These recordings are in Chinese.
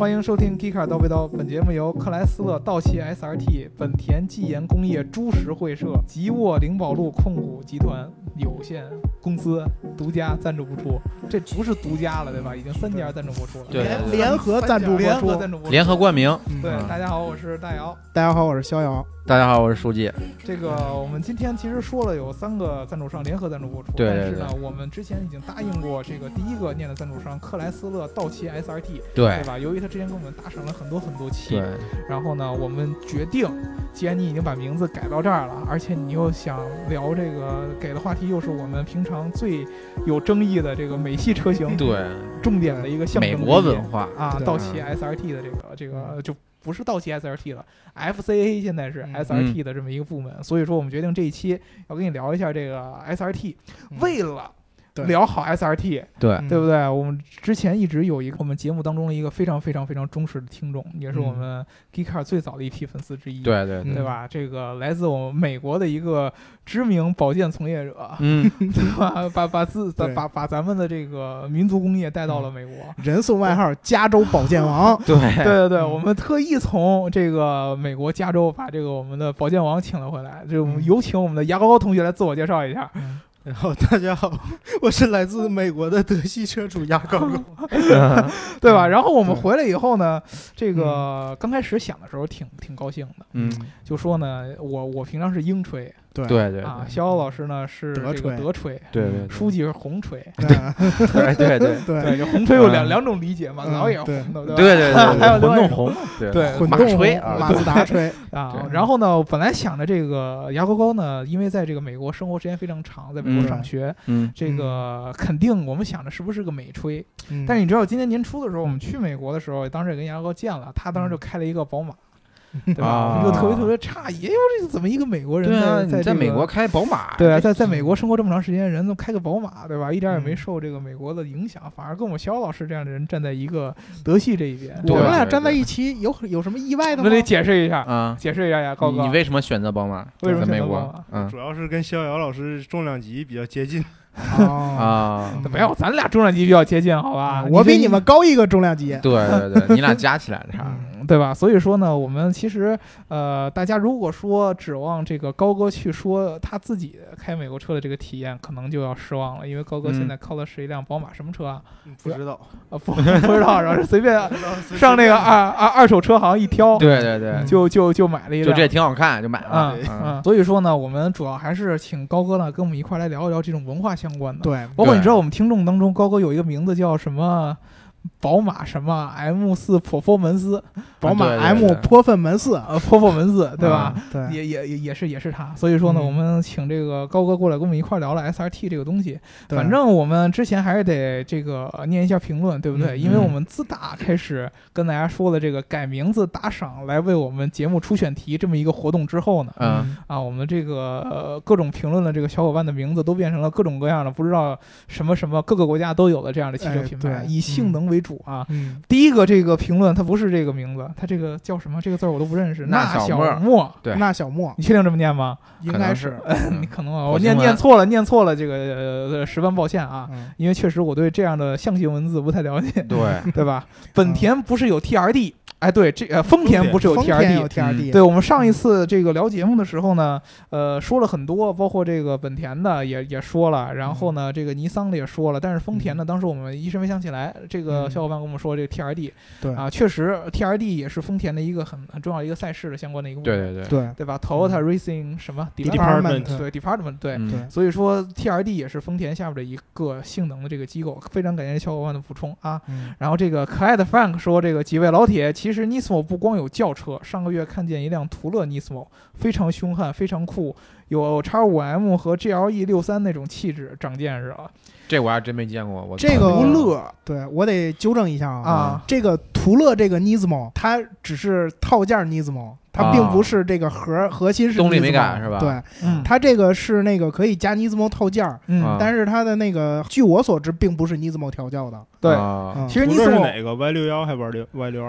欢迎收听 Geekcar 刀背刀。本节目由克莱斯勒、道奇 SRT、本田技研工业株式会社、吉沃灵宝路控股集团有限公司独家赞助播出。这不是独家了，对吧？已经3家赞助播出了， 对， 联合赞助播出， 联合冠名。 对，大家好，我是大姚。 大家好，我是逍遥。 大家好，我是书记。 这个我们今天其实说了有3个赞助商联合赞助播出， 对， 但是呢，我们之前已经答应过这个第一个念的赞助商克莱斯勒、道奇 SRT， 对吧？由于他之前跟我们打赏了很多期， 对， 然后呢，我们决定，既然你已经把名字改到这儿了，而且你又想聊这个给的话题又是我们平常最有争议的这个美系车型， 对， 重点的一个象征美国文化啊，道奇 SRT 的这个就不是道奇 SRT 了 ，FCA 现在是 SRT 的这么一个部门，所以说我们决定这一期要跟你聊一下这个 SRT，为了聊好 SRT， 对不对？我们之前一直有一个我们节目当中的一个非常忠实的听众，也是我们 Geekcar 最早的一批粉丝之一，对吧？这个来自我们美国的一个知名保健从业者，对吧？把咱们的这个民族工业带到了美国， 人送外号加州保健王。 对，我们特意从这个美国加州把这个我们的保健王请了回来，就有请我们的牙膏膏同学来自我介绍一下。 然后大家好，我是来自美国的德系车主牙膏膏， 对吧？然后我们回来以后呢，这个刚开始想的时候挺高兴的，就说呢，我平常是英吹。 对啊，逍遥老师呢是这个德吹， 对， 书记是红吹， 对， 红吹有两种理解嘛，老也红的， 对， 还有混动红， 对， 混动吹， 马自达吹啊。然后呢，本来想着这个牙膏膏呢，因为在这个美国生活时间非常长，在美国上学，这个肯定我们想着是不是个美吹，但是你知道今年年初的时候，我们去美国的时候，当时也跟牙膏膏见了，他当时就开了一个宝马。对吧？我们就特别诧异，这怎么一个美国人在美国开宝马？ 对啊，在美国生活这么长时间，人都开个宝马，对吧？一点也没受这个美国的影响，反而跟我们逍遥老师这样的人站在一个德系这一边。 我们俩站在一起，有什么意外的吗？ 那得解释一下啊，解释一下呀，高哥， 你为什么选择宝马？ 为什么在美国？ 主要是跟逍遥老师重量级比较接近。 没有，咱俩重量级比较接近，好吧？ 我比你们高一个重量级。 对，你俩加起来的差。 对吧？所以说呢，我们其实大家如果说指望这个高哥去说他自己开美国车的这个体验，可能就要失望了，因为高哥现在靠的是一辆宝马什么车啊？ 不知道不知道，然后随便上那个二手车行一挑， 对， 就买了一辆， 就这挺好看，就买了。 所以说呢，我们主要还是请高哥呢跟我们一块来聊一聊这种文化相关的。 对， 包括你知道我们听众当中，高哥有一个名字叫什么？宝马什么 M4 Performance， 宝马 M 泼粪门4 ，Performance， 对吧？ 对， 也是他。所以说呢，我们请这个高哥过来跟我们一块聊聊 SRT 这个东西。反正我们之前还是得这个念一下评论，对不对？因为我们自打开始跟大家说了这个改名字打赏来为我们节目出选题这么一个活动之后呢，我们这个各种评论的这个小伙伴的名字都变成了各种各样的，不知道什么各个国家都有的这样的汽车品牌，以性能为主啊。第一个这个评论它不是这个名字，它这个叫什么？这个字我都不认识。 那小莫， 对， 那小莫， 你确定这么念吗？ 应该是， 你可能我念错了，这个十分抱歉啊，因为确实我对这样的象形文字不太了解，对吧？本田不是有 TRD？哎，对，丰田不是有 TRD？ 对，我们上一次这个聊节目的时候呢，说了很多，包括这个本田的也说了，然后呢，这个尼桑的也说了，但是丰田呢，当时我们一时没想起来，这个小伙伴跟我们说这个 TRD， 对啊，确实 TRD 也是丰田的一个很重要的一个赛事的相关的一个部分，对吧 ？Toyota Racing 什么 Department， 对，所以说 TRD 也是丰田下面的一个性能的这个机构，非常感谢小伙伴的补充啊。然后这个可爱的 Frank 说，这个几位老铁。其实 Nismo 不光有轿车，上个月看见一辆途乐 Nismo， 非常凶悍，非常酷，有 X5M 和 GLE63那种气质，长见识了。 这我还真没见过。 这个途乐，对我得纠正一下啊，这个途乐这个 Nismo 它只是套件 Nismo， 它并不是这个核心是动力没改是吧？ 对，它这个是那个可以加 Nismo 套件，但是它的那个据我所知并不是 Nismo 调教的。 对，其实 Nismo 是哪个 Y61还是 Y62？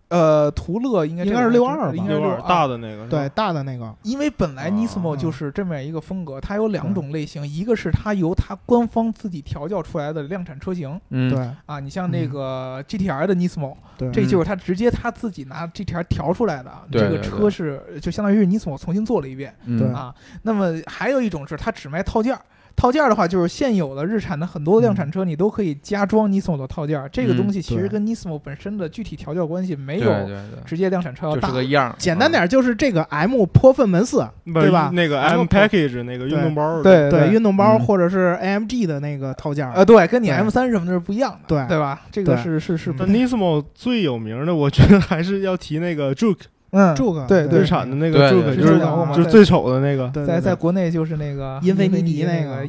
途乐应该是 62吧， 应该是62 大的那个， 对，大的那个。 因为本来 Nismo 就是这么一个风格，它有2种类型，一个是它由它官方自己调教出来的量产车型， 对啊，你像那个 GTR 的 Nismo， 对， 这就是它直接他自己拿 GTR 调出来的，这个车是就相当于是 Nismo 重新做了一遍， 对啊。那么还有一种是它只卖套件。套件的话，就是现有的日产的很多量产车，你都可以加装 Nismo 的套件。这个东西其实跟 Nismo 本身的具体调教关系没有直接量产车要大， 就是个样。 简单点就是这个 M 颇分门4，对吧？ 那个 M package 那个运动包， 对运动包或者是 AMG 的那个套件， 对，跟你 M3什么的是不一样的，对吧？这个是。 但 Nismo 最有名的，我觉得还是要提那个 Juke。 Juke 对日产的那个 Juke 就是最丑的那个， 在国内就是那个英菲尼迪那个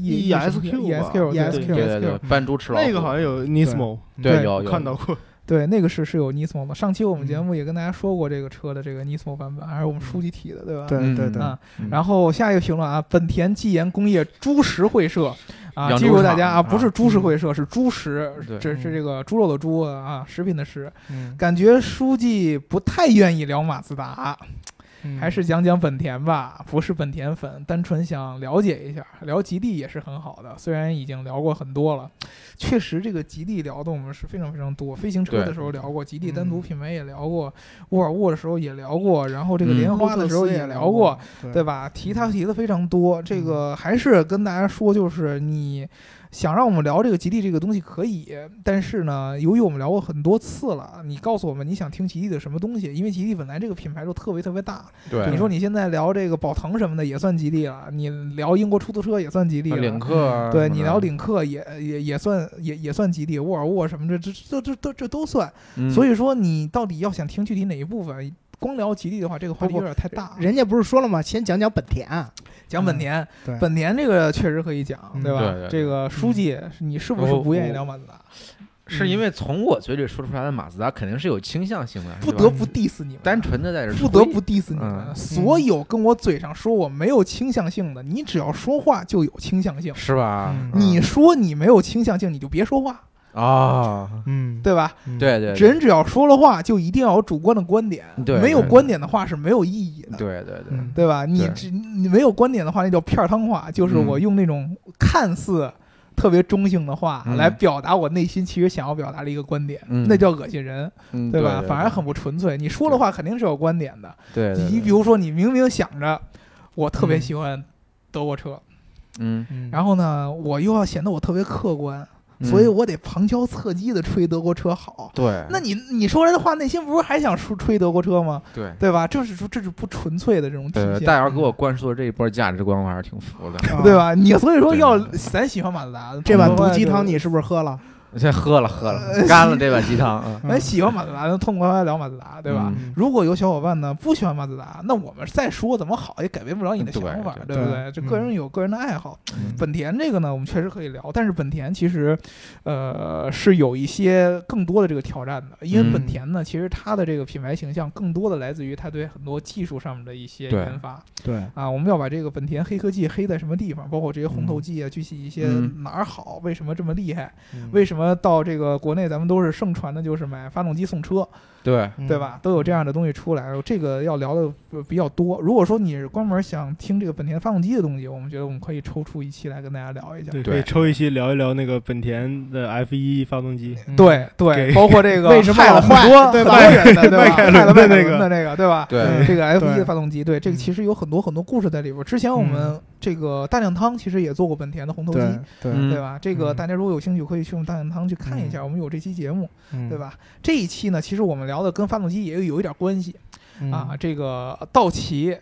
ESQ， 对，扮猪吃老虎， 那个好像有 Nismo， 对，有看到过。 对，那个是有 Nismo 的。上期我们节目也跟大家说过这个车的这个 Nismo 版本，还是我们书记提的，对吧？ 对啊。 然后下一个评论啊，本田技研工业猪食会社啊，记住大家啊，不是猪食会社，是猪食，这是这个猪肉的猪啊，食品的食。感觉书记不太愿意聊马自达。还是讲讲本田吧，不是本田粉，单纯想了解一下。聊吉利也是很好的，虽然已经聊过很多了，确实这个吉利聊的我们是非常非常多。飞行车的时候聊过，吉利单独品牌也聊过，沃尔沃的时候也聊过，然后这个莲花的时候也聊过，对吧？提的非常多。这个还是跟大家说，就是你想让我们聊这个吉利这个东西可以，但是呢，由于我们聊过很多次了，你告诉我们你想听吉利的什么东西，因为吉利本来这个品牌就特别特别大。 对， 你说你现在聊这个宝腾什么的也算吉利了，你聊英国出租车也算吉利了， 领克， 对你聊领克也算吉利，沃尔沃什么的这都算。所以说你到底要想听具体哪一部分？光聊吉利的话，这个话题有点太大。 人家不是说了吗？先讲讲本田， 讲本田。本田这个确实可以讲，对吧？这个书记，你是不是不愿意聊马自达？ 是因为从我嘴里说出来的马自达肯定是有倾向性的， 不得不 diss 你们， 单纯的在这不得不 diss 你们。所有跟我嘴上说我没有倾向性的，你只要说话就有倾向性， 是吧？ 你说你没有倾向性，你就别说话。对吧？ 对， 人只要说了话，就一定要有主观的观点，没有观点的话是没有意义的。对吧？你没有观点的话，那叫片汤话，就是我用那种看似特别中性的话来表达我内心其实想要表达的一个观点，那叫恶心人，对吧？反而很不纯粹。你说的话肯定是有观点的。你比如说，你明明想着我特别喜欢德国车，然后呢，我又要显得我特别客观。所以我得旁敲侧击的吹德国车好，那你说来的话，内心不是还想吹德国车吗？对吧？这是不纯粹的这种体现。 大姚给我灌输的这一波价值观，我还是挺服的， 对吧？你所以说咱喜欢马自达， 这碗毒鸡汤你是不是喝了？ 先喝了，干了这碗鸡汤。 咱喜欢马自达，就痛快快聊马自达，对吧？如果有小伙伴呢不喜欢马自达，那我们再说怎么好也改变不了你的想法，对不对？这个人有个人的爱好。本田这个呢，我们确实可以聊，但是本田其实，是有一些更多的这个挑战的，因为本田呢，其实它的这个品牌形象更多的来自于它对很多技术上面的一些研发。我们要把这个本田黑科技黑在什么地方，包括这些红头技啊，具体一些哪儿好，为什么这么厉害，为什么到这个国内咱们都是盛传的就是买发动机送车，对吧？都有这样的东西出来，这个要聊的比较多。如果说你是专门想听这个本田发动机的东西，我们觉得我们可以抽出一期来跟大家聊一下。 对，抽一期聊一聊那个本田的 F1 发动机。 对，包括这个为什么害了很多人的，对吧？害了迈凯伦的那个，对吧？这个 F1 的发动机，对这个其实有很多故事在里边。之前我们这个大酱汤其实也做过本田的红头机，对吧？这个大家如果有兴趣，可以去用大酱汤去看一下，我们有这期节目，对吧？这一期呢，其实我们聊的跟发动机也有一点关系。这个道奇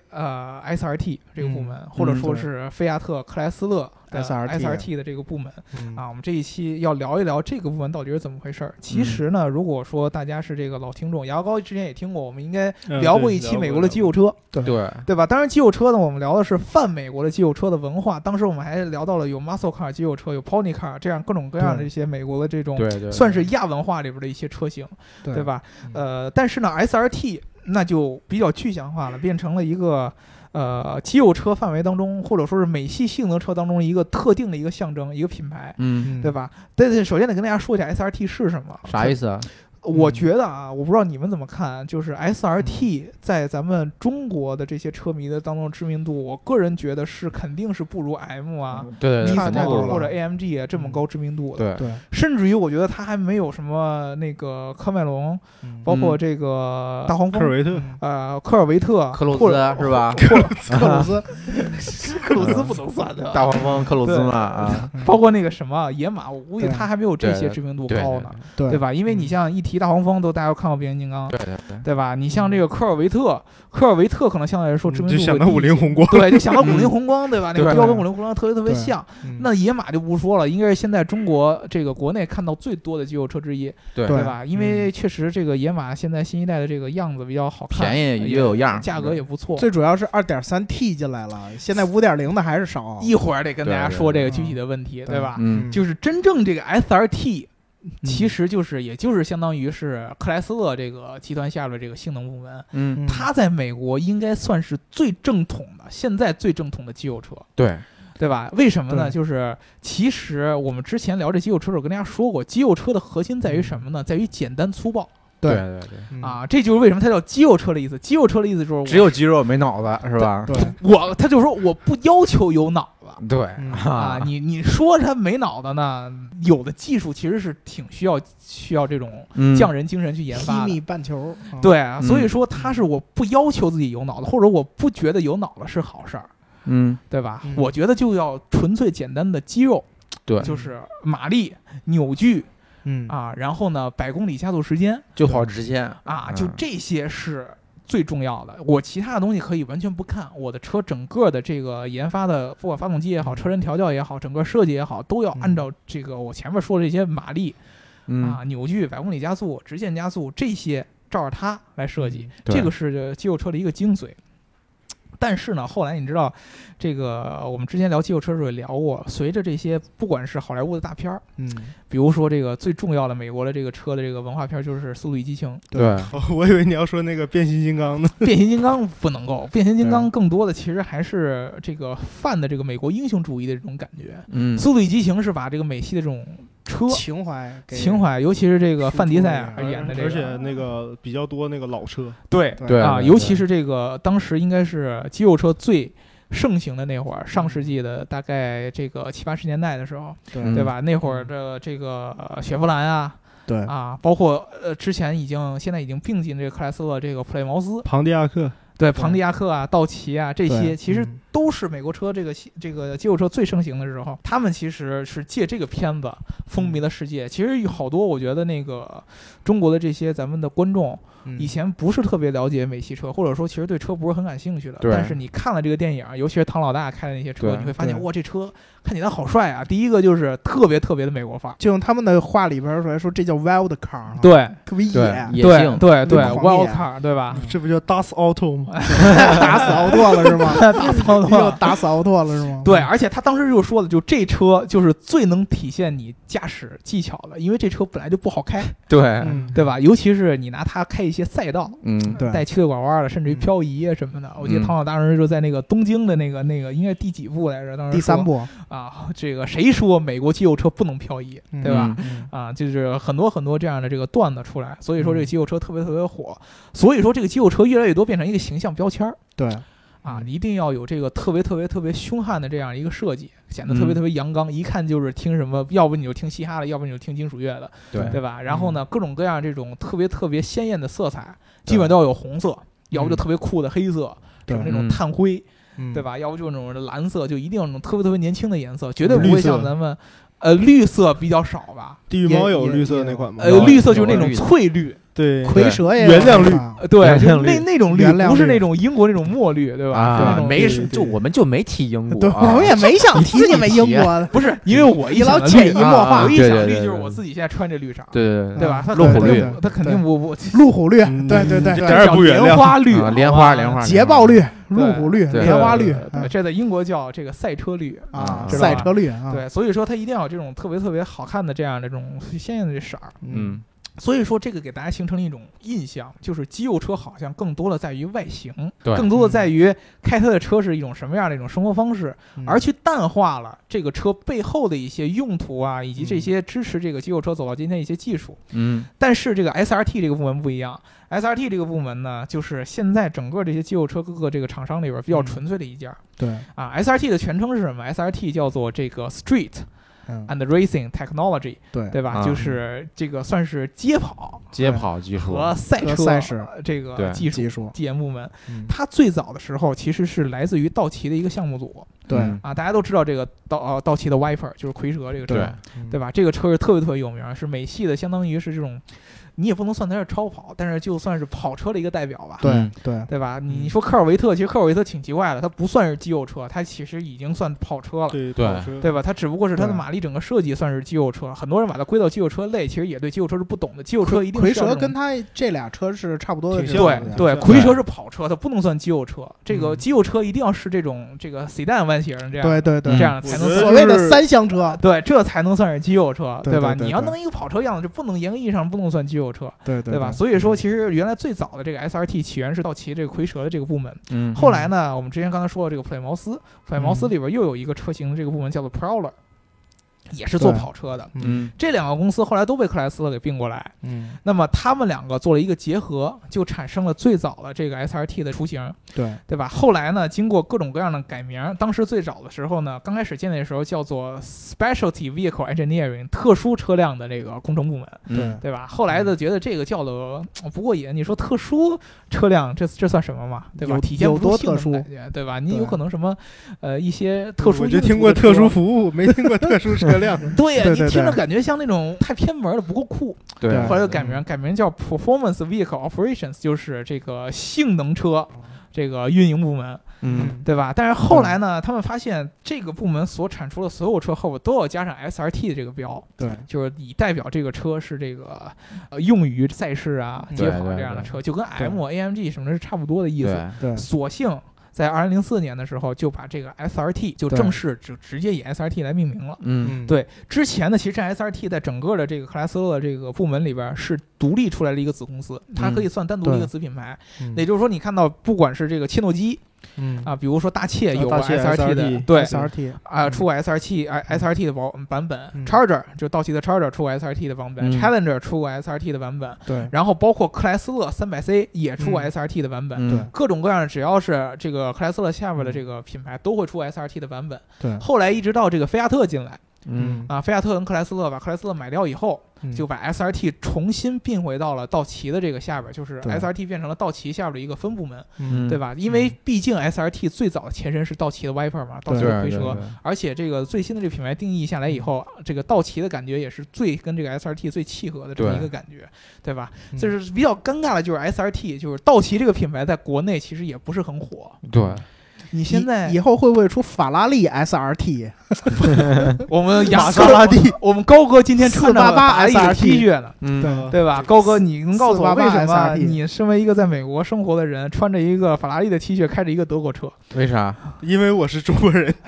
SRT 这个部门，或者说是菲亚特克莱斯勒SRT 的这个部门我们这一期要聊一聊这个部门到底是怎么回事。其实呢，如果说大家是这个老听众，牙膏之前也听过，我们应该聊过一期美国的肌肉车，对吧？当然肌肉车呢，我们聊的是泛美国的肌肉车的文化。当时我们还聊到了有 muscle car 肌肉车，有 pony car 这样各种各样的一些美国的这种算是亚文化里边的一些车型，对吧？但是呢 SRT 那就比较具象化了，变成了一个肌肉车范围当中，或者说是美系性能车当中一个特定的一个象征，一个品牌，对吧？但是首先得跟大家说一下 SRT 是什么， 啥意思啊？ 我觉得啊，我不知道你们怎么看，就是 SRT 在咱们中国的这些车迷的当中知名度，我个人觉得是肯定是不如 M 啊， 对或者 AMG 啊这么高知名度的。 对， 甚至于我觉得它还没有什么那个科迈龙，包括这个大黄蜂、科尔维特、 克鲁兹是吧？ 克鲁兹不能算的， 大黄蜂、克鲁兹嘛啊， 包括那个什么野马，我估计它还没有这些知名度高呢，对吧？因为你像一提大黄蜂，大家都看过变形金刚，对吧？你像这个科尔维特可能相对来说知名度就想到50红光， 对，就想到50红光，对吧？那个标跟50红光特别像。那野马就不说了，应该是现在中国这个国内看到最多的肌肉车之一，对吧？因为确实这个野马现在新一代的这个样子比较好看， 便宜又有样， 价格也不错。 最主要是 2.3T 进来了，现在5.0的还是少。 一会儿得跟大家说这个具体的问题，对吧？就是真正这个 SRT。其实也就是相当于是克莱斯勒这个集团下的这个性能部门，它在美国应该算是最正统的，现在最正统的肌肉车，对吧？为什么呢？就是其实我们之前聊这肌肉车的时候跟大家说过，肌肉车的核心在于什么呢？在于简单粗暴。 对啊，这就是为什么它叫肌肉车的意思。肌肉车的意思就是只有肌肉没脑子，是吧？ 对， 他就说我不要求有脑子。 对啊，你说他没脑子呢？有的技术其实是挺需要这种匠人精神去研发的。 米半球， 对啊，所以说他是我不要求自己有脑子，或者我不觉得有脑子是好事儿，对吧？我觉得就要纯粹简单的肌肉， 对， 就是马力、扭矩。然后呢，100公里加速时间就跑直线啊，就这些是最重要的。我其他的东西可以完全不看，我的车整个的这个研发的，不管发动机也好，车身调教也好，整个设计也好，都要按照这个我前面说的这些马力扭矩、100公里加速、直线加速这些照着它来设计，这个是肌肉车的一个精髓。但是呢，后来你知道，这个我们之前聊肌肉车的时候也聊过，随着这些不管是好莱坞的大片儿，比如说这个最重要的美国的这个车的这个文化片就是《速度与激情》。 对， 我以为你要说那个变形金刚呢。 变形金刚不能够，变形金刚更多的其实还是这个泛的这个美国英雄主义的这种感觉。速度与激情是把这个美系的这种车情怀，尤其是这个范迪塞尔演的这个， 而且那个比较多那个老车， 对啊，尤其是这个当时应该是肌肉车最盛行的那会儿，上世纪的大概这个70、80年代的时候，对吧？那会儿的这个雪佛兰啊， 对啊，包括之前现在已经并进这个克莱斯勒这个普雷茅斯、 庞蒂亚克。 对，庞蒂亚克啊、道奇啊，这些其实都是美国车这个肌肉车最盛行的时候。他们其实是借这个片子风靡了世界。其实有好多，我觉得那个中国的这些咱们的观众以前不是特别了解美系车，或者说其实对车不是很感兴趣的。但是你看了这个电影，尤其是唐老大开的那些车，你会发现哇，这车看起来好帅啊！第一个就是特别特别的美国范儿， 就用他们的话里边来说，这叫 wild car， 对， 特别野， 对 wild car， 对吧？ 这不叫 Das Auto 吗？ 打死奥拓了是吗？ 打死奥拓了是吗？ 对，而且他当时就说了，就这车就是最能体现你驾驶技巧的，因为这车本来就不好开，对吧？尤其是你拿它开一些赛道， 对， 带七个拐弯的，甚至于漂移啊什么的。我记得唐老大人就在那个东京的那个应该第几部来着？当时第3部啊，这个谁说美国肌肉车不能漂移，对吧？啊，就是很多很多这样的这个段子出来，所以说这个肌肉车特别特别火，所以说这个肌肉车越来越多变成一个形象标签。 对啊，一定要有这个特别特别特别凶悍的这样一个设计，显得特别特别阳刚，一看就是听什么，要不你就听嘻哈的，要不你就听金属乐的，对吧？然后呢，各种各样这种特别特别鲜艳的色彩，基本都要有红色，要不就特别酷的黑色，什么那种炭灰，对吧？要不就那种蓝色，就一定要那种特别特别年轻的颜色，绝对不会像咱们绿色比较少吧？ 地狱猫有绿色那款吗？ 绿色就是那种翠绿。 对， 蝰蛇也原谅绿， 对，那种绿不是那种英国那种墨绿，对吧？ 啊，我们就没提英国， 我们也没想提你们英国， 不是因为我一老潜移默化， 我一想绿就是我自己现在穿这绿色， 对吧？ 路虎绿， 它肯定不路虎绿，对， 叫莲花绿， 莲花捷豹绿，路虎绿，莲花绿， 这在英国叫这个赛车绿啊， 赛车绿啊， 对，所以说它一定要有这种特别特别好看的这样的这种鲜艳的这色儿， 所以说这个给大家形成了一种印象，就是肌肉车好像更多的在于外形，更多的在于开它的车是一种什么样的一种生活方式，而去淡化了这个车背后的一些用途啊，以及这些支持这个肌肉车走到今天的一些技术。但是这个 SRT 这个部门不一样。SRT 这个部门呢，就是现在整个这些肌肉车各个这个厂商里边比较纯粹的一家。 对啊 ，SRT 的全称是什么 ？SRT 叫做这个 Street and Racing Technology， 对吧？就是这个算是街跑技术和赛事这个技术研部门。它最早的时候其实是来自于道奇的一个项目组。 对啊，大家都知道这个道奇的 Viper 就是蝰蛇这个车，对吧？这个车是特别有名，是美系的，相当于是这种。你也不能算它是超跑，但是就算是跑车的一个代表吧。对吧？你说科尔维特，其实科尔维特挺奇怪的，它不算是肌肉车，它其实已经算跑车了。对吧？它只不过是它的马力整个设计算是肌肉车，很多人把它归到肌肉车类，其实也对肌肉车是不懂的。肌肉车一定是蝰蛇跟它这俩车是差不多的。 对，蝰蛇是跑车，它不能算肌肉车。这个肌肉车一定要是这种这个 sedan 弯形这样， 对， 这样才能所谓的三厢车。 对，这才能算是肌肉车，对吧？你要弄一个跑车样子，就不能严格意义上不能算肌肉车，对吧？所以说，其实原来最早的这个 SRT 起源是道奇这个蝰蛇的这个部门。后来呢，我们之前刚才说的这个普莱茅斯里边又有一个车型的这个部门叫做 Prowler， 也是做跑车的。这两个公司后来都被克莱斯勒给并过来。那么他们两个做了一个结合，就产生了最早的这个 SRT 的雏形。对吧？后来呢，经过各种各样的改名，当时最早的时候呢，刚开始建立的时候叫做 Specialty Vehicle Engineering， 特殊车辆的这个工程部门。对吧？后来的觉得这个叫的不过瘾，你说特殊车辆，这算什么嘛？对吧？体现不出性能感觉，对吧？你有可能什么一些特殊， 我就听过特殊服务，没听过特殊车辆。 对呀，你听着感觉像那种太偏门了，不够酷。 对， 后来就改名叫 Performance Vehicle Operations， 就是这个性能车这个运营部门。对吧？但是后来呢，他们发现这个部门所产出的所有车后边都要加上 SRT 的这个标，就是以代表这个车是这个用于赛事啊、街跑这样的车，就跟 AMG 什么的是差不多的意思。索性在2004年的时候就把这个 SRT 就正式直接以 SRT 来命名了。对，之前呢，其实 SRT 在整个的这个克莱斯勒这个部门里边是独立出来的一个子公司，它可以算单独的一个子品牌。也就是说，你看到不管是这个切诺基。比如说大切有个 SRT 的，对 SRT 出过 SRT 的版本，Charger 就道奇的 Charger 出过 SRT 的版本，Challenger 出过 SRT 的版本， 对， 然后包括克莱斯勒 300C 也出过 SRT 的版本， 对， 各种各样的只要是这个克莱斯勒下面的这个品牌都会出 SRT 的版本， 对， 后来一直到这个菲亚特进来。菲亚特跟克莱斯勒把克莱斯勒买掉以后，就把 SRT 重新并回到了道奇的这个下边，就是 SRT 变成了道奇下边的一个分部门，对吧？因为毕竟 SRT 最早的前身是道奇的 Viper 嘛，道奇的蝰蛇，而且这个最新的这个品牌定义下来以后，这个道奇的感觉也是最跟这个 SRT 最契合的这么一个感觉，对吧？就是比较尴尬的就是 SRT， 就是道奇这个品牌在国内其实也不是很火， 对。 你现在以后会不会出法拉利 SRT？ 我们玛莎拉蒂， 我们高哥今天穿着法拉利的 T 恤呢，对吧？高哥，你能告诉我为什么你身为一个在美国生活的人，穿着一个法拉利的 T 恤，开着一个德国车？ 为啥？ 因为我是中国人。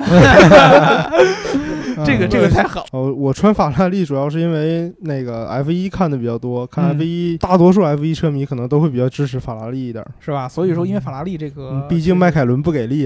这个太好。 我穿法拉利主要是因为那个 F1 看的比较多，看 F1，大多数 F1 车迷可能都会比较支持法拉利一点， 是吧？所以说，因为法拉利这个， 毕竟迈凯伦不给力。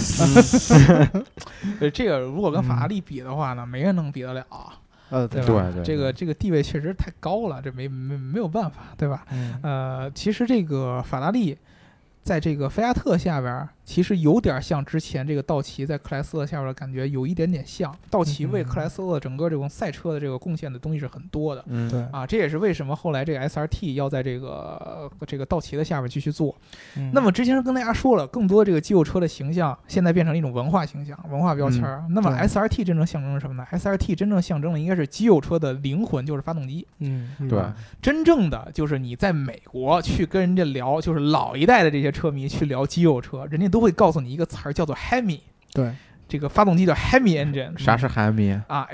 这个如果跟法拉利比的话呢，没人能比得了。对吧？这个地位确实太高了，这没有办法，对吧？其实这个法拉利在这个菲亚特下边，其实有点像之前这个道奇在克莱斯勒下边的感觉，有一点点像。道奇为克莱斯勒整个这种赛车的这个贡献的东西是很多的， 对啊，这也是为什么后来这个 SRT 要在这个道奇的下边继续做。那么之前跟大家说了，更多的这个肌肉车的形象现在变成了一种文化形象、文化标签。那么 SRT 真正象征了什么呢 ？SRT 真正象征的应该是肌肉车的灵魂，就是发动机。 对， 真正的就是你在美国去跟人家聊，就是老一代的这些车迷去聊肌肉车，人家都会告诉你一个词儿叫做 Hemi。 对， 这个发动机叫 Hemi engine。 啥是 Hemi 啊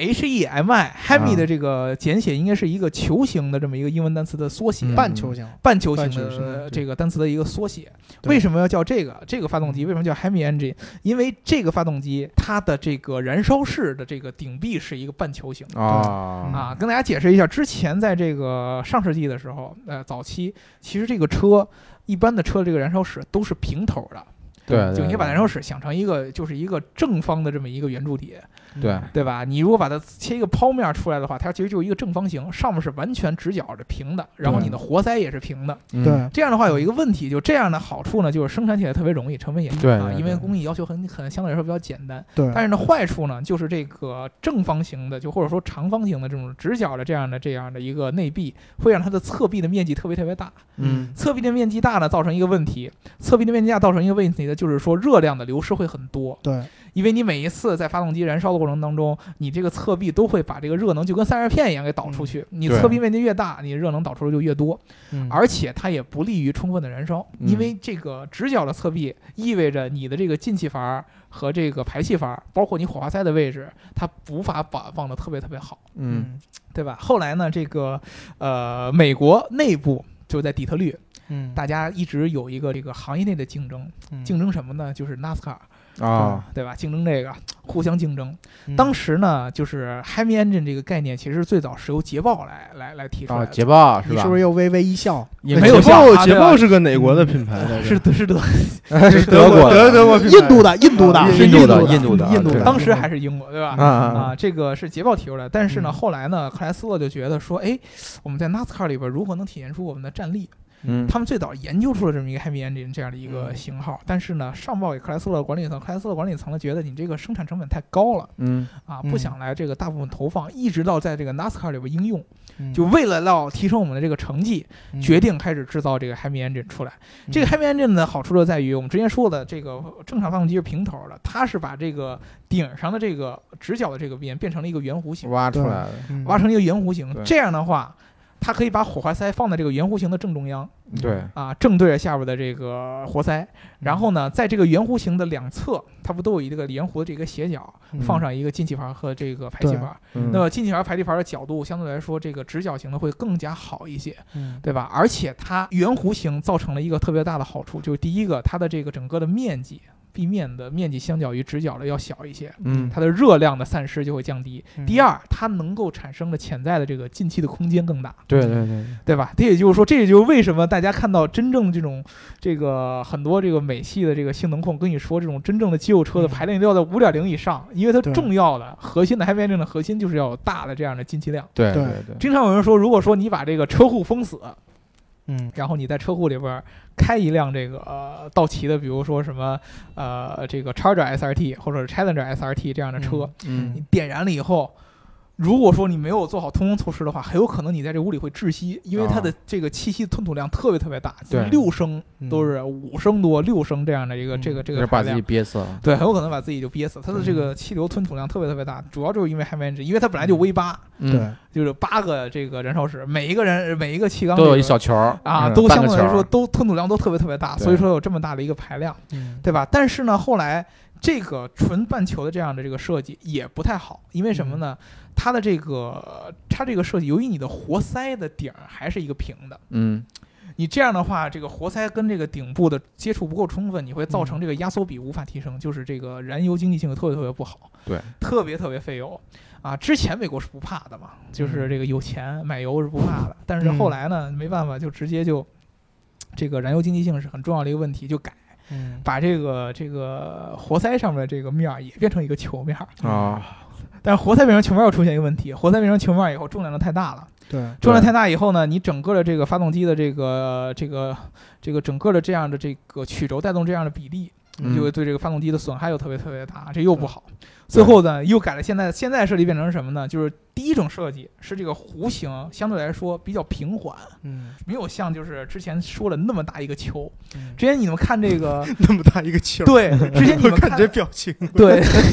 ？HEMI 的这个简写应该是一个球形的这么一个英文单词的缩写， 半球形的这个单词的一个缩写。为什么要叫这个发动机？为什么叫 Hemi engine？ 因为这个发动机它的这个燃烧室的这个顶壁是一个半球形啊。跟大家解释一下，之前在这个上世纪的时候，早期其实这个车一般的车这个燃烧室都是平头的。 对， 就你把燃烧室想成就是一个正方的这么一个圆柱体， 对吧？你如果把它切一个剖面出来的话，它其实就是一个正方形，上面是完全直角的平的，然后你的活塞也是平的。 对， 这样的话有一个问题，就这样的好处呢，就是生产起来特别容易，成本也低啊，因为工艺要求很相对来说比较简单。 对， 但是呢，坏处呢，就是这个正方形的，就或者说长方形的这种直角的这样的一个内壁，会让它的侧壁的面积特别大。侧壁的面积大呢，造成一个问题，就是说热量的流失会很多。 对， 因为你每一次在发动机燃烧的过程当中，你这个侧壁都会把这个热能就跟散热片一样给导出去。你侧壁面积越大，你热能导出的就越多。而且它也不利于充分的燃烧，因为这个直角的侧壁意味着你的这个进气阀和这个排气阀，包括你火花塞的位置，它无法把放的特别好。对吧？后来呢，这个美国内部就在底特律。大家一直有一个这个行业内的竞争什么呢？就是 NASCAR 对吧？竞争这个互相竞争。当时呢，就是 Hemi engine 这个概念，其实最早是由捷豹来提出来的。 捷豹是吧？ 你是不是又微微一笑？ 也没有笑。 捷豹是个哪国的品牌？ 是德国印度的， 印度的。 当时还是英国，对吧？这个是捷豹提出来，但是呢，后来呢，克莱斯勒就觉得说，哎，我们在 NASCAR 里边如何能体现出我们的战力？他们最早研究出了这么一个 Hemi engine 这样的一个型号，但是呢，上报给克莱斯勒管理层，克莱斯勒管理层呢觉得你这个生产成本太高了，不想来这个大部分投放，一直到在这个 NASCAR 里边应用，就为了要提升我们的这个成绩，决定开始制造这个 Hemi engine 出来。这个 Hemi engine 的好处就在于，我们之前说的这个正常发动机是平头的，它是把这个顶上的这个直角的这个边变成了一个圆弧形， 挖出来了， 挖成一个圆弧形，这样的话。它可以把火花塞放在这个圆弧形的正中央，正对着下边的这个活塞，然后呢，在这个圆弧形的两侧，它不都有一个圆弧的这个斜角，放上一个进气阀和这个排气阀。那么进气阀、排气阀的角度相对来说，这个直角形的会更加好一些，对吧？而且它圆弧形造成了一个特别大的好处，就是第一个，它的这个整个的面积。壁面的面积相较于直角的要小一些，它的热量的散失就会降低。第二，它能够产生的潜在的这个进气的空间更大。对吧？这也就是说，这也就是为什么大家看到真正这个很多这个美系的这个性能控跟你说，这种真正的肌肉车的排量都要在 5.0 以上，因为它重要的核心的 Hemi engine 的核心就是要有大的这样的进气量。 对。 经常有人说，如果说你把这个车库封死。然后你在车库里边开一辆这个道奇的，比如说什么这个 Charger SRT 或者是 Challenger SRT 这样的车，你点燃了以后，如果说你没有做好通风措施的话，很有可能你在这屋里会窒息，因为它的这个气息吞吐量特别大，6升都是5升多6升这样的一个这个把自己憋死了。 对，很有可能把自己就憋死。它的这个气流吞吐量特别大，主要就是因为 Hemi engine，因为它本来就V8，就是8个这个燃烧室，每一个气缸都有一小球啊，都相对来说都吞吐量都特别大，所以说有这么大的一个排量，对吧？但是呢，后来这个纯半球的这样的这个设计也不太好，因为什么呢？它这个设计，由于你的活塞的顶还是一个平的，你这样的话，这个活塞跟这个顶部的接触不够充分，你会造成这个压缩比无法提升，就是这个燃油经济性特别不好，特别费油啊。之前美国是不怕的嘛，就是这个有钱买油是不怕的，但是后来呢，没办法，就直接就这个燃油经济性是很重要的一个问题，就改。把这个活塞上面的这个面也变成一个球面啊，但是活塞变成球面又出现一个问题，活塞变成球面以后重量就太大了，重量太大以后呢，你整个的这个发动机的这个整个的这样的这个曲轴带动这样的比例，就会对这个发动机的损害又特别大，这又不好。最后呢，又改了现在设计变成什么呢？就是第一种设计是这个弧形相对来说比较平缓，没有像就是之前说的那么大一个球。之前你们看这个那么大一个球， 对，之前你们看这表情， 对，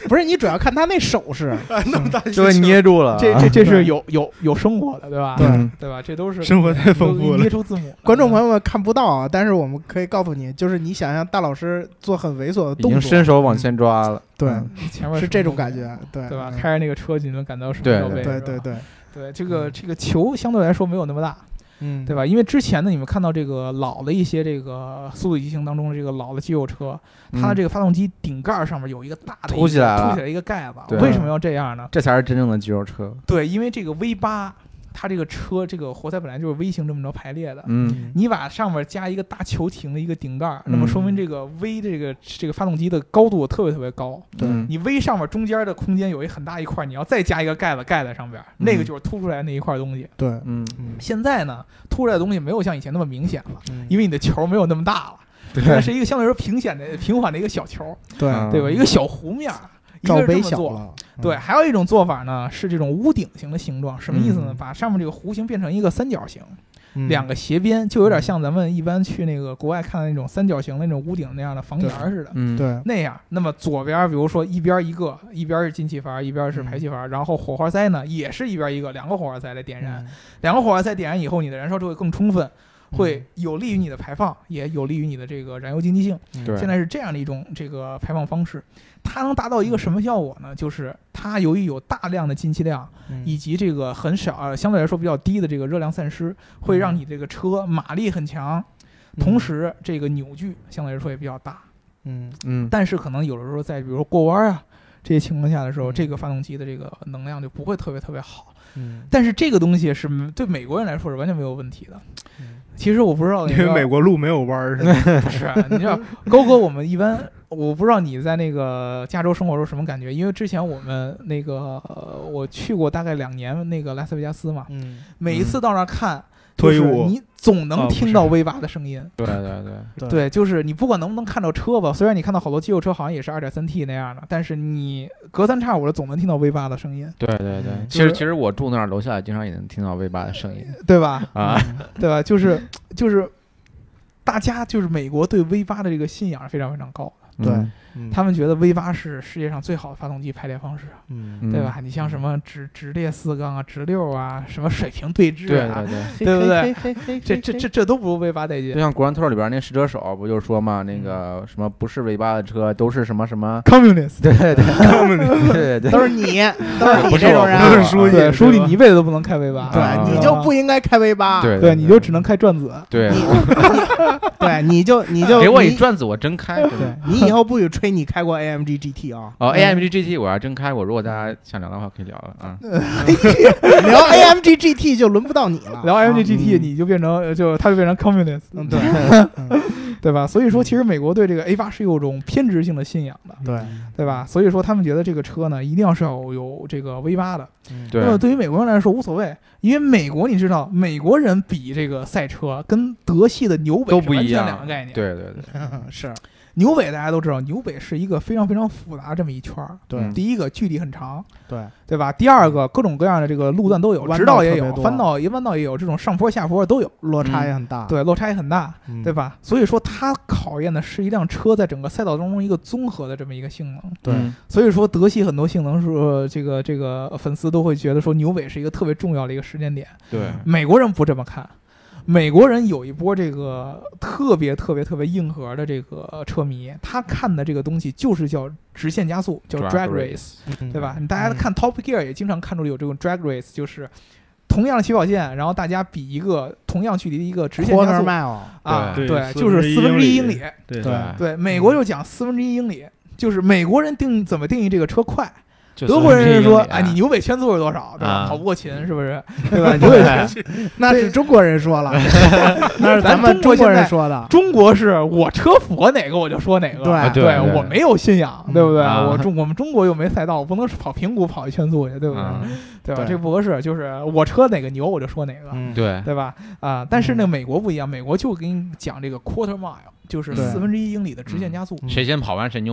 不是你主要看他那手势， 那么大就会捏住了。 这是有生活的，对吧？对吧？这都是生活太丰富了， 捏出字母。 观众朋友们看不到啊，但是我们可以告诉你，就是你想象大老师做很猥琐的动作， 已经伸手往前抓了。 对， 前面是这种感觉，对吧？开着那个车，你能感到什么标配？ 对， 这个球相对来说没有那么大。对吧？因为之前呢，你们看到这个老的一些这个《速度与激情》当中的这个老的肌肉车，它的这个发动机顶盖上面有一个大的凸起来一个盖子。为什么要这样呢？ 这才是真正的肌肉车。 对，因为这个 V8。它这个车，这个活塞本来就是 V 型这么着排列的，你把上面加一个大球体的一个顶盖，那么说明这个 V 这个发动机的高度特别高。 对， 你 V 上面中间的空间有一很大一块，你要再加一个盖子盖在上边，那个就是凸出来的那一块东西。 对， 现在呢，凸出来的东西没有像以前那么明显了，因为你的球没有那么大了，它是一个相对来说平缓的一个小球，对吧？一个小弧面。 罩杯小了， 对，还有一种做法呢，是这种屋顶型的形状，什么意思呢？把上面这个弧形变成一个三角形，两个斜边，就有点像咱们一般去那个国外看的那种三角形的那种屋顶那样的房檐似的， 对， 那样。那么左边比如说一边是进气阀，一边是排气阀，然后火花塞呢也是一边一个，两个火花塞来点燃，两个火花塞点燃以后，你的燃烧就会更充分。会有利于你的排放，也有利于你的这个燃油经济性。现在是这样的一种这个排放方式，它能达到一个什么效果呢？就是它由于有大量的进气量，以及这个很少相对来说比较低的这个热量散失，会让你这个车马力很强，同时这个扭矩相对来说也比较大。但是可能有的时候在比如说过弯啊这些情况下的时候，这个发动机的这个能量就不会特别好。但是这个东西是对美国人来说是完全没有问题的。其实我不知道， 因为美国路没有弯儿， 不是？你知道，高哥，我们一般，我不知道你在那个加州生活时候什么感觉？因为之前我们那个我去过大概2年那个拉斯维加斯嘛，每一次到那儿看，就是你总能听到 V8 的声音。对，就是你不管能不能看到车吧，虽然你看到好多肌肉车好像也是 2.3T 那样的，但是你隔三差五的总能听到 V8 的声音。 对，其实我住那儿楼下经常也能听到 V8 的声音， 对吧？对吧？就是大家就是美国对 V8 的这个信仰是非常非常高的。 对。 他们觉得 V8 是世界上最好的发动机排列方式，对吧？你像什么直列4缸啊、直六啊，什么水平对置啊，对不对？这都不如 V8 带劲。 就像《国安特》里边那试车手不就说嘛，那个什么不是 V8 的车都是什么 communist， 对， 都是你这种人， 都是书记，你一辈子都不能开 V8， 对，你就不应该开 V8， 对，你就只能开转子， 对， 你就给我一转子，我真开， 对你以后不许吹你开过 AMG GT 啊 ！AMG GT 我要真开过，如果大家想聊的话可以聊了啊。 聊 AMG GT 就轮不到你了， 聊 AMG GT 你就变成他就变成 communist， 对吧？所以说，其实美国对这个 A8 是有种偏执性的信仰的，对吧？所以说他们觉得这个车呢，一定要是要有这个 V8 的。那么对于美国人来说无所谓，因为美国你知道，美国人比这个赛车跟德系的纽北都不一样， 两个概念。 对， 是。 纽北大家都知道，纽北是一个非常非常复杂这么一圈儿。 对， 第一个距离很长， 对吧？第二个各种各样的这个路段都有，直道也有，弯道也有，这种上坡下坡都有， 落差也很大。 对，落差也很大，对吧？所以说它考验的是一辆车在整个赛道当中一个综合的这么一个性能。 对， 所以说德系很多性能是这个粉丝都会觉得说纽北是一个特别重要的一个时间点。 对， 美国人不这么看。美国人有一波这个特别硬核的这个车迷，他看的这个东西就是叫直线加速，叫 drag race， 对吧？大家看 Top Gear 也经常看出有这种 drag race， 就是同样的起跑线，然后大家比一个同样距离的一个直线加速啊，对，就是1/4英里，对，美国就讲1/4英里，就是美国人怎么定义这个车快。德国人说：“哎，你纽北圈速是多少？对吧？跑不过秦是不是？对吧？纽北圈那是中国人说了，那是咱们中国人说的。 中国是我车符合哪个我就说哪个，对，我没有信仰，对不对？我们中国又没赛道，我不能跑平谷跑一圈速去，对不对？对吧？这不合适。就是我车哪个牛我就说哪个，对吧？但是那美国不一样，美国就给你讲这个 quarter mile， 就是1/4英里的直线加速， 谁先跑完谁牛逼。”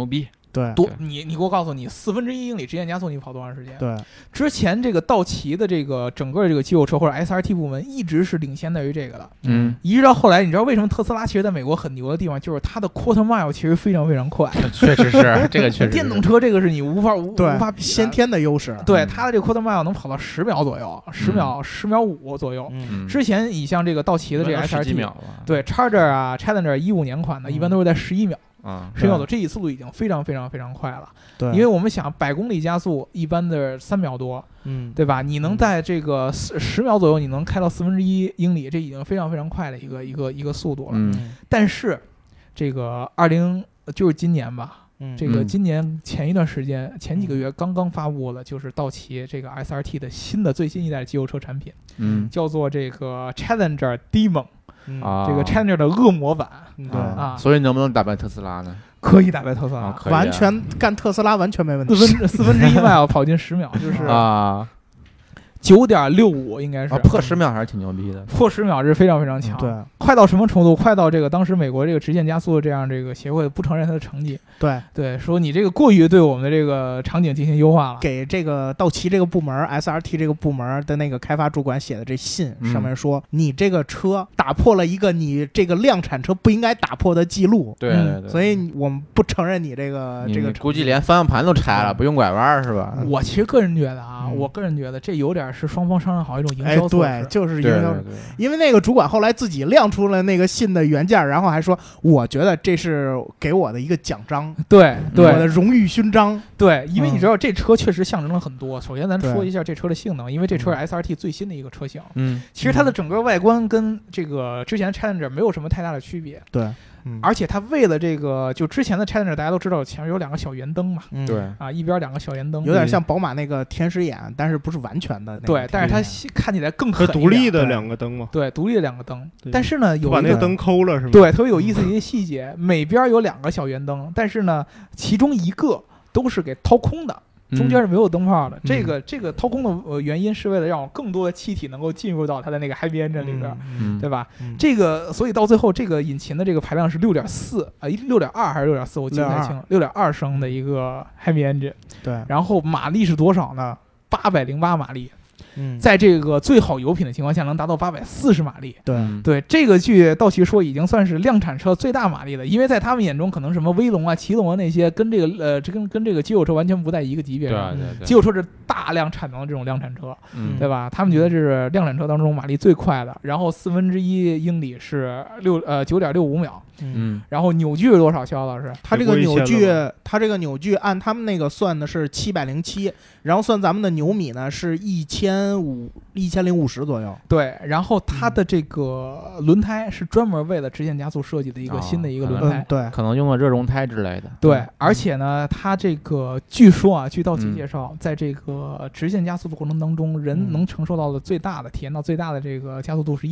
对， 你给我告诉你1/4英里直线加速你跑多长时间？ 对， 之前这个道奇的这个整个这个肌肉车或者 SRT 部门一直是领先在于这个的，一直到后来，你知道为什么特斯拉其实在美国很牛的地方，就是它的 quarter mile 其实非常非常快， 确实是这个确实， 电动车这个是你无法比先天的优势， 对它的这个 quarter mile 能跑到10秒左右，10秒5左右。之前你像这个道奇的这个 SRT， 对 Charger 啊 Challenger 15年款的，一般都是在11秒。11秒多，这一速度已经非常非常非常快了。 对， 因为我们想100公里加速一般的3秒多，对吧？你能在这个10秒左右，你能开到1/4英里，这已经非常非常快的一个速度了。但是这个就是今年吧，这个今年前一段时间，前几个月刚刚发布了，就是道奇这个 SRT 的最新一代肌肉车产品，叫做这个 Challenger Demon。这个 Challenger 的恶魔版， 所以能不能打败特斯拉呢？ 可以打败特斯拉， 完全干特斯拉完全没问题。 1/4 迈跑进10秒，就是9.65应该是破10秒还是挺牛逼的， 破10秒是非常非常强。 对， 快到什么程度？快到这个当时美国这个直线加速的这样这个协会不承认它的成绩。对，说你这个过于对我们的这个场景进行优化了。 给这个道奇这个部门 SRT 这个部门的那个开发主管写的这信上面说，你这个车打破了一个你这个量产车不应该打破的记录。 对， 所以我们不承认你这个估计连方向盘都拆了，不用拐弯是吧？ 我其实个人觉得我个人觉得这有点是双方商量好一种营销措施。 对，就是营销。因为那个主管后来自己亮出了那个信的原件，然后还说，我觉得这是给我的一个奖章， 对， 我的荣誉勋章。 对，因为你知道这车确实象征了很多。首先咱说一下这车的性能，因为这车是 SRT 最新的一个车型。其实它的整个外观跟这个之前的 Challenger 没有什么太大的区别。 对。 而且它为了这个，就之前的 Challenger 大家都知道前面有2个小圆灯嘛， 对一边2个小圆灯， 有点像宝马那个天使眼，但是不是完全的。 对，但是它看起来更狠一点。 独立的2个灯嘛。 对，独立的2个灯。但是呢，有把那个灯抠了是吗？ 对，特别有意思的一些细节，每边有2个小圆灯，但是呢，其中一个都是给掏空的。中间是没有灯泡的，这个掏空的原因是为了让更多的气体能够进入到它的那个 Happy Engine 里边，对吧？这个所以到最后这个引擎的这个排量是6.2还是6.4，我记不太清了，6.2升的一个 Happy Engine。 对， 然后马力是多少呢？808马力。在这个最好油品的情况下能达到840马力。对，这个据道奇说已经算是量产车最大马力的，因为在他们眼中可能什么威龙啊、奇龙啊那些跟这个跟这个肌肉车完全不在一个级别上。 对， 肌肉车是大量产能的这种量产车，对吧？他们觉得这是量产车当中马力最快的，然后1/4英里是9.65秒。然后扭矩是多少？肖老师， 它这个扭矩按他们那个算的是707，然后算咱们的牛米呢是1050左右。 对，然后它的这个轮胎是专门为了直线加速设计的一个新的一个轮胎， 对， 可能用了热熔胎之类的。 对，而且呢，它这个据说据道奇介绍，在这个直线加速的过程当中，人能承受到的体验到最大的这个加速度是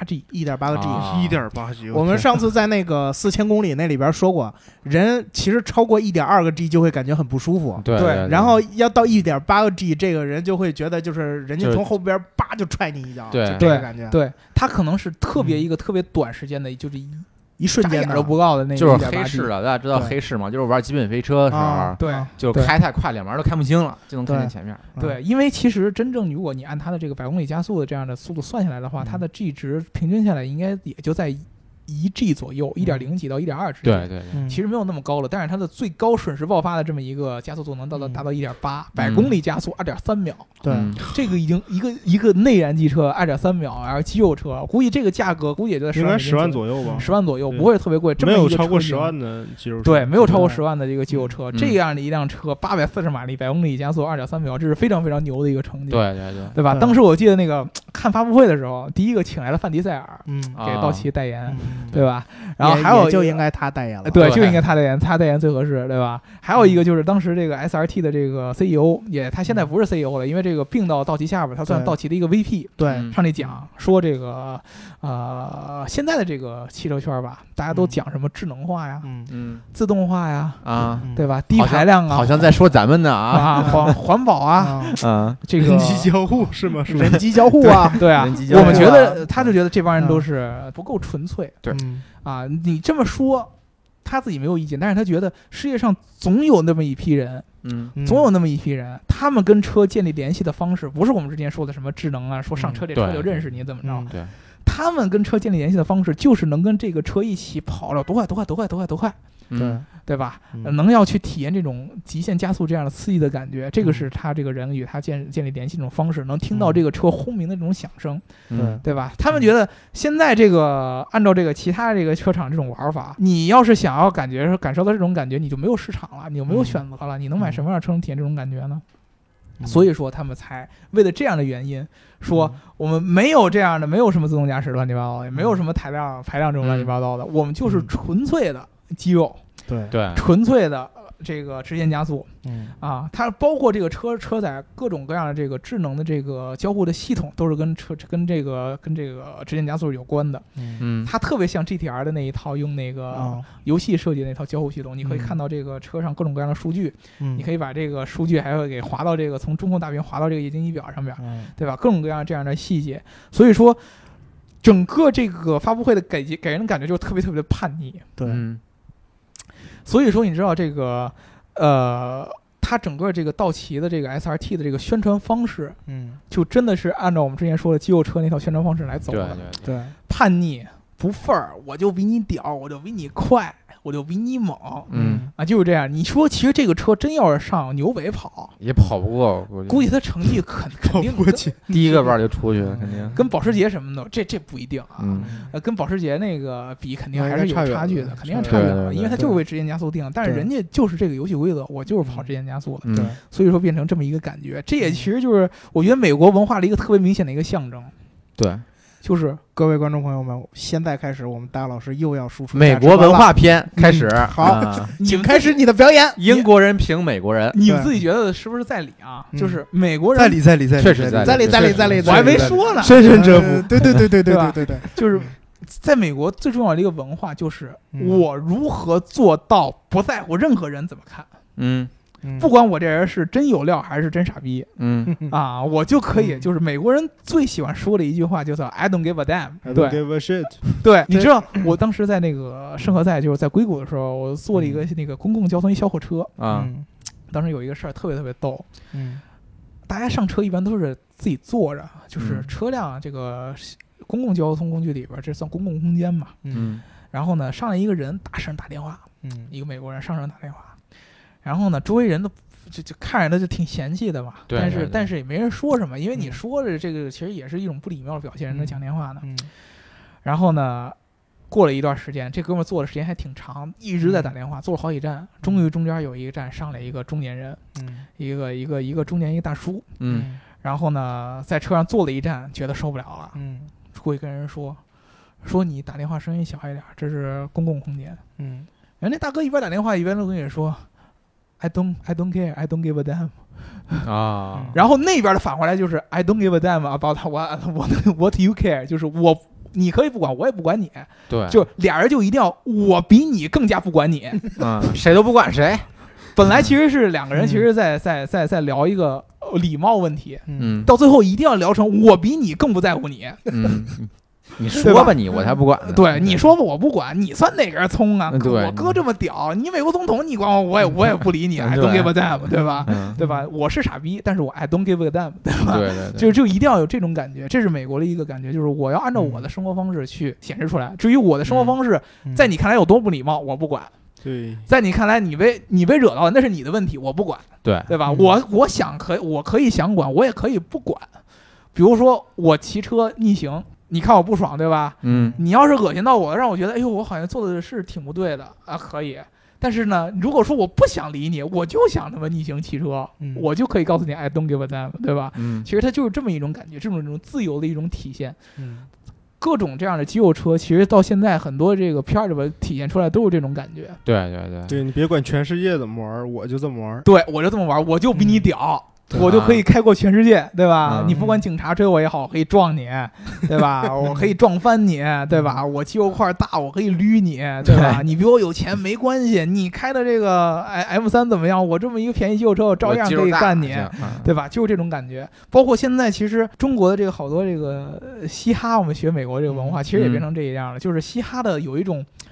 1.8G。 我们上次在那个4000公里那里边说过，人其实超过1.2个G 就会感觉很不舒服。 对， 然后要到1.8个G，这个人就会觉得就是人家从后边叭就踹你一脚， 对， 这个感觉。 对，他可能是一个特别短时间的，就是一瞬间都不到的那个， 就是黑市了。大家知道黑市吗？就是玩极品飞车的时候， 对， 就开太快，两边都看不清了，就能看见前面。 对，因为其实真正如果你按它的这个100公里加速的这样的速度算下来的话，它的 G 值平均下来应该也就在1G 左右，1.0几到1.2之间。 对， 其实没有那么高了，但是它的最高瞬时爆发的这么一个加速度能达到1.8，100公里加速2.3秒。 对， 这个已经一个内燃机车2.3秒，然后肌肉车，估计这个价格估计也就在 10万左右吧 ，10万左右，不会特别贵。 没有超过10万的肌肉车。 对，没有超过10万的这个肌肉车，这样的一辆车840马力，100公里加速2.3秒，这是非常非常牛的一个成绩。对吧？当时我记得那个看发布会的时候，第一个请来了范迪塞尔，给道奇代言。对吧？然后还有就应该他代言了， 对，就应该他代言，他代言最合适，对吧？还有一个就是当时这个 SRT 的这个 CEO， 他现在不是 CEO 了，因为这个并到道奇下边，他算道奇的一个 VP。 对， 上去讲说这个现在的这个汽车圈吧，大家都讲什么智能化呀，自动化呀，对吧？低排量啊， 好像在说咱们呢环保啊，这个人机交互是吗？ 人机交互啊， 对啊，我们觉得他就觉得这帮人都是不够纯粹。 对你这么说， 他自己没有意见，但是他觉得世界上总有那么一批人，总有那么一批人，他们跟车建立联系的方式，不是我们之前说的什么智能啊，说上车这车就认识你怎么着， 对， 他们跟车建立联系的方式，就是能跟这个车一起跑了多快，对吧？能要去体验这种极限加速这样的刺激的感觉，这个是他这个人与他建立联系这种方式，能听到这个车轰鸣的这种响声，对吧？他们觉得现在这个按照这个其他这个车厂这种玩法，你要是想要感受到这种感觉，你就没有市场了，你就没有选择了，你能买什么样的车能体验这种感觉呢？所以说他们才为了这样的原因说我们没有这样的，没有什么自动驾驶乱七八糟的，也没有什么排量这种乱七八糟的，我们就是纯粹的肌肉， 对，纯粹的这个直线加速，它包括这个车载各种各样的这个智能的这个交互的系统，都是跟这个直线加速有关的。它特别像 GTR 的那一套用那个游戏设计的那套交互系统，你可以看到这个车上各种各样的数据，你可以把这个数据还会给滑到这个从中控大屏滑到这个液晶仪表上面，对吧？各种各样这样的细节，所以说整个这个发布会的给人的感觉就是特别特别的叛逆， 对。 所以说，你知道这个，它整个这个道奇的这个 SRT 的这个宣传方式，就真的是按照我们之前说的肌肉车那套宣传方式来走的。 对， 叛逆不忿儿，我就比你屌，我就比你快，我就比你猛，就是这样。你说，其实这个车真要是上纽北跑， 也跑不过， 估计他成绩肯定不过去， 第一个弯就出去了，肯定跟保时捷什么的，这不一定啊。跟保时捷那个比，肯定还是有差距的，肯定差远了，因为它就是为直线加速定，但是人家就是这个游戏规则，我就是跑直线加速的，所以说变成这么一个感觉，这也其实就是我觉得美国文化的一个特别明显的一个象征。 对。 就是各位观众朋友们，现在开始，我们大老师又要输出美国文化篇开始。 好，请开始你的表演。 英国人评美国人， 你们自己觉得是不是在理啊？就是美国人在理， 确实在理， 我还没说呢， 深深折服。 对， 就是在美国最重要的一个文化就是我如何做到不在乎任何人怎么看。不管我这人是真有料还是真傻逼，我就可以，就是美国人最喜欢说的一句话，就叫 "I don't give a damn"， 对，你知道，我当时在那个圣何塞，就是在硅谷的时候，我坐了一个那个公共交通一小火车当时有一个事儿特别特别逗，大家上车一般都是自己坐着，就是车辆这个公共交通工具里边，这算公共空间嘛，然后呢，上来一个人大声打电话，一个美国人上声打电话。然后呢，周围人都就看着他就挺嫌弃的嘛，但是也没人说什么，因为你说的这个其实也是一种不礼貌的表现，人在讲电话呢。然后呢，过了一段时间，这哥们坐的时间还挺长，一直在打电话，坐了好几站，终于中间有一个站上来一个中年人，一个中年一个大叔，然后呢，在车上坐了一站，觉得受不了了，过去跟人说你打电话声音小一点，这是公共空间。人家大哥一边打电话一边都跟你说。I don't care, I don't give a damn 然后那边的反过来就是 I don't give a damn about what you care， 就是你可以不管，我也不管你， 对， 就俩人就一定要我比你更加不管你， 谁都不管谁。 本来其实是两个人其实在聊一个礼貌问题，到最后一定要聊成我比你更不在乎你， 你说吧我才不管呢。 对，你说吧，我不管，你算哪根葱啊？我哥这么屌，你美国总统你管我也不理你，I don't give a damn， 对吧？对吧？我是傻逼，但是我 I don't give a damn， 对吧？ 对， 就一定要有这种感觉，这是美国的一个感觉，就是我要按照我的生活方式去显示出来。至于我的生活方式在你看来有多不礼貌，我不管。 对， 在你看来你被惹到，那是你的问题，我不管。对吧？我可以想管，我也可以不管。比如说我骑车逆行。你看我不爽，对吧？你要是恶心到我，让我觉得，哎呦，我好像做的是挺不对的啊，可以。但是呢，如果说我不想理你，我就想他妈逆行骑车，我就可以告诉你 I don't give a damn， 对吧？其实它就是这么一种感觉，这种自由的一种体现。各种这样的肌肉车，其实到现在很多这个片儿里边体现出来都是这种感觉。 对， 你别管全世界怎么玩，我就这么玩。 对，我就这么玩，我就比你屌。我就可以开过全世界，对吧？你不管警察追我也好，我可以撞你，对吧？我可以撞翻你，对吧？我肌肉块大，我可以捋你，对吧？你比我有钱没关系，你开的这个M3怎么样？我这么一个便宜肌肉车，我照样可以干你，对吧？就是这种感觉。包括现在，其实中国的这个好多这个嘻哈，我们学美国这个文化，其实也变成这样了。就是嘻哈的有一种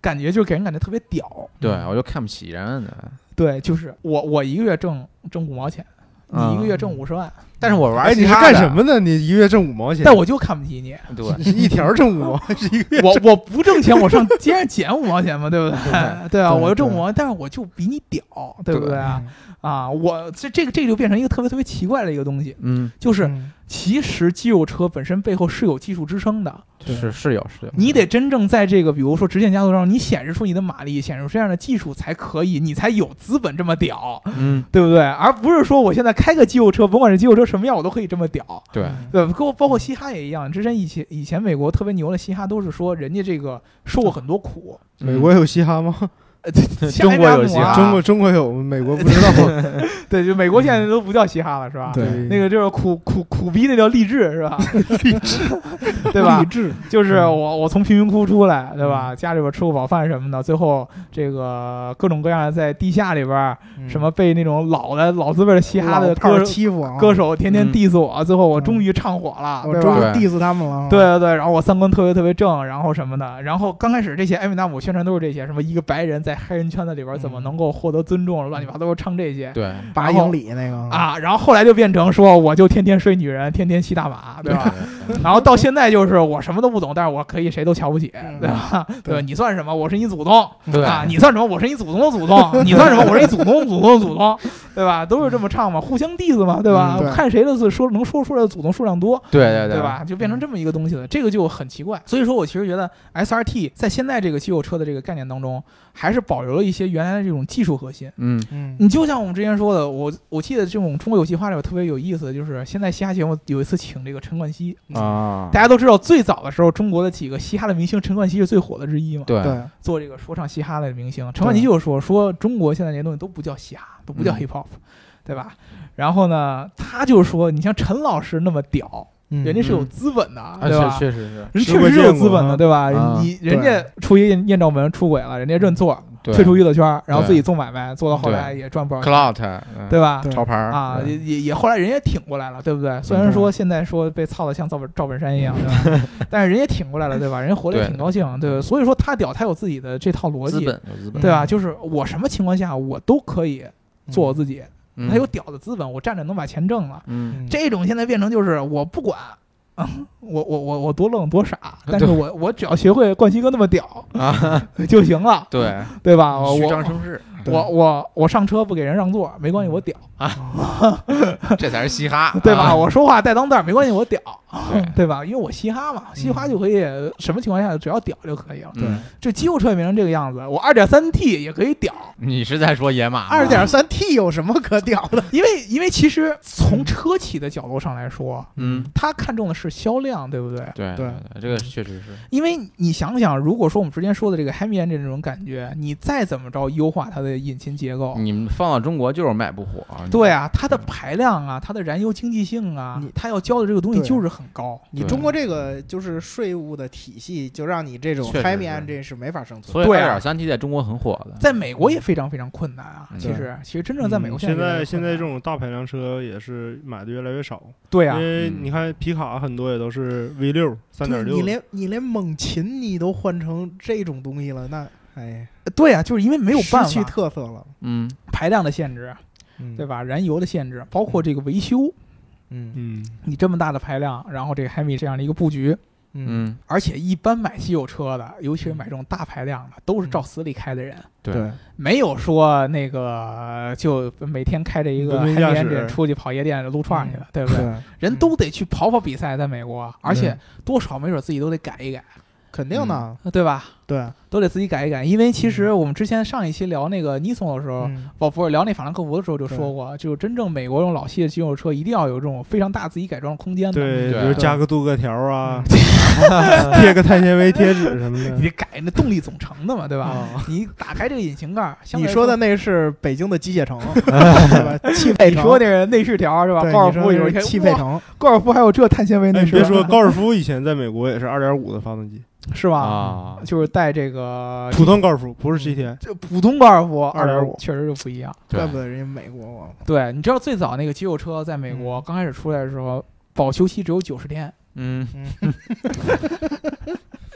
感觉就给人感觉特别屌。 对，我就看不起人的。 对，就是我一个月挣5毛钱，你一个月挣50万。 但是我玩你是干什么的？你一个月挣5毛钱？ 但我就看不起你。 对， 一条挣5毛，是一个月。 我不挣钱，我上街上捡5毛钱嘛，对不对？对啊，我就挣5毛钱，但是我就比你屌，对不对啊？啊，我这个就变成一个特别特别奇怪的一个东西。就是其实肌肉车本身背后是有技术支撑的。 是有。 你得真正在这个比如说直线加速上，你显示出你的马力，显示出这样的技术才可以，你才有资本这么屌，对不对？而不是说我现在开个肌肉车，甭管是肌肉车什么样，我都可以这么屌。 对， 包括嘻哈也一样。之前以前美国特别牛的嘻哈都是说人家这个受过很多苦。 美国有嘻哈吗？ 中国有嘻哈， 中国有，美国不知道。 对，就美国现在都不叫嘻哈了，是吧？ 对， 那个就是苦逼，那叫励志，是吧？励志，对吧？ 励志就是我从贫民窟出来，对吧？家里边吃过饱饭什么的，最后这个各种各样的在地下里边，什么被那种老字辈的嘻哈的歌手天天 diss 我，最后我终于唱火了， 我终于 diss 他们了。 对，然后我三观特别特别正，然后什么的。然后刚开始这些艾米纳姆宣传都是这些，什么一个白人在黑人圈子里边怎么能够获得尊重，乱七八糟都唱这些。 对 ，8英里那个啊，然后后来就变成说我就天天睡女人，天天骑大马，对吧？然后到现在就是我什么都不懂，但是我可以谁都瞧不起，对吧？对，你算什么？我是你祖宗， 对啊，你算什么？我是你祖宗的祖宗，你算什么？我是你祖宗的祖宗，对吧？都是这么唱嘛，互相 diss 嘛，对吧？看谁的能说出来的祖宗数量多，对吧？就变成这么一个东西了，这个就很奇怪。所以说我其实觉得 SRT 在现在这个肌肉车的这个概念当中，还是保留了一些原来的这种技术核心。你就像我们之前说的，我记得这种中国有嘻哈里边特别有意思的就是，现在嘻哈节目有一次请这个陈冠希啊， 大家都知道最早的时候，中国的几个嘻哈的明星，陈冠希是最火的之一嘛。 对， 做这个说唱嘻哈的明星，陈冠希就说中国现在这些东西都不叫嘻哈，都不叫 hip hop，对吧？然后呢，他就说，你像陈老师那么屌。人家是有资本的，对吧？ 确实是， 人确实是有资本的，对吧？人家出一艳照门出轨了，人家认错，退出娱乐圈，然后自己做买卖，做到后来也赚不少钱 ，clout， 对吧？ 潮牌啊，也后来人也挺过来了，对不对？虽然说现在说被操的像赵本山一样，对吧？但是人也挺过来了，对吧？人家活得也挺高兴，对吧？所以说他屌，他有自己的这套逻辑，对吧？就是我什么情况下我都可以做我自己。他有屌的资本，我站着能把钱挣了。这种现在变成就是我不管，我多愣多傻，但是我只要学会冠希哥那么屌就行了，对吧？ 虚张声势。 我上车不给人让座没关系，我屌啊， 这才是嘻哈， 对吧？我说话带当带没关系，我屌，对吧？因为我嘻哈嘛，嘻哈就可以什么情况下只要屌就可以了。 对， 这肌肉车也变成这个样子，我 2.3T 也可以屌。 你是在说野马 ？2.3T 有什么可屌的？ 因为其实从车企的角度上来说，他看重的是销量，对不对？ 对，这个确实是。 因为你想想，如果说我们之前说的这个 Hemi Engine 这种感觉，你再怎么着优化它的引擎结构， 你们放到中国就是卖不火。 对啊，它的排量啊，它的燃油经济性啊，它要交的这个东西就是很高。 你中国这个就是税务的体系，就让你这种 Hemi Engine 是没法生存。 所以 2.3T 在中国很火的， 在美国也非常非常困难啊。其实真正在美国现在这种大排量车也是买的越来越少。 对啊， 因为你看皮卡很多也都是 V6 3.6， 你连猛禽你都换成这种东西了，那对啊，就是因为没有办法， 失去特色了。 排量的限制，对吧？燃油的限制，包括这个维修。你这么大的排量，然后这个 Hemi 这样的一个布局。而且一般买稀有车的，尤其是买这种大排量的，都是照死里开的人。 对， 没有说那个就每天开着一个 Hemi Engine 出去跑夜店撸串去了，对不对？人都得去跑比赛，在美国，而且多少没准自己都得改一改。 肯定的， 对吧？ 对， 都得自己改一改。因为其实我们之前上一期聊那个尼松的时候，不是聊那法兰克福的时候就说过，就是真正美国这种老系的肌肉车一定要有这种非常大自己改装的空间的。 对，比如加个镀铬条啊，贴个碳纤维贴纸什么的。 你改那动力总成的嘛，对吧？你打开这个引擎盖， 你说的那是北京的机械城，对吧？汽配城。 你说那是内饰条是吧？高尔夫有汽配城， 高尔夫还有这碳纤维内饰。 别说高尔夫以前在美国也是2.5的发动机。 是吧？就是带这个普通高尔夫，不是 GTI， 这普通高尔夫2.5确实就不一样。 怪不得人家美国对，你知道最早那个肌肉车在美国刚开始出来的时候，保修期只有90天。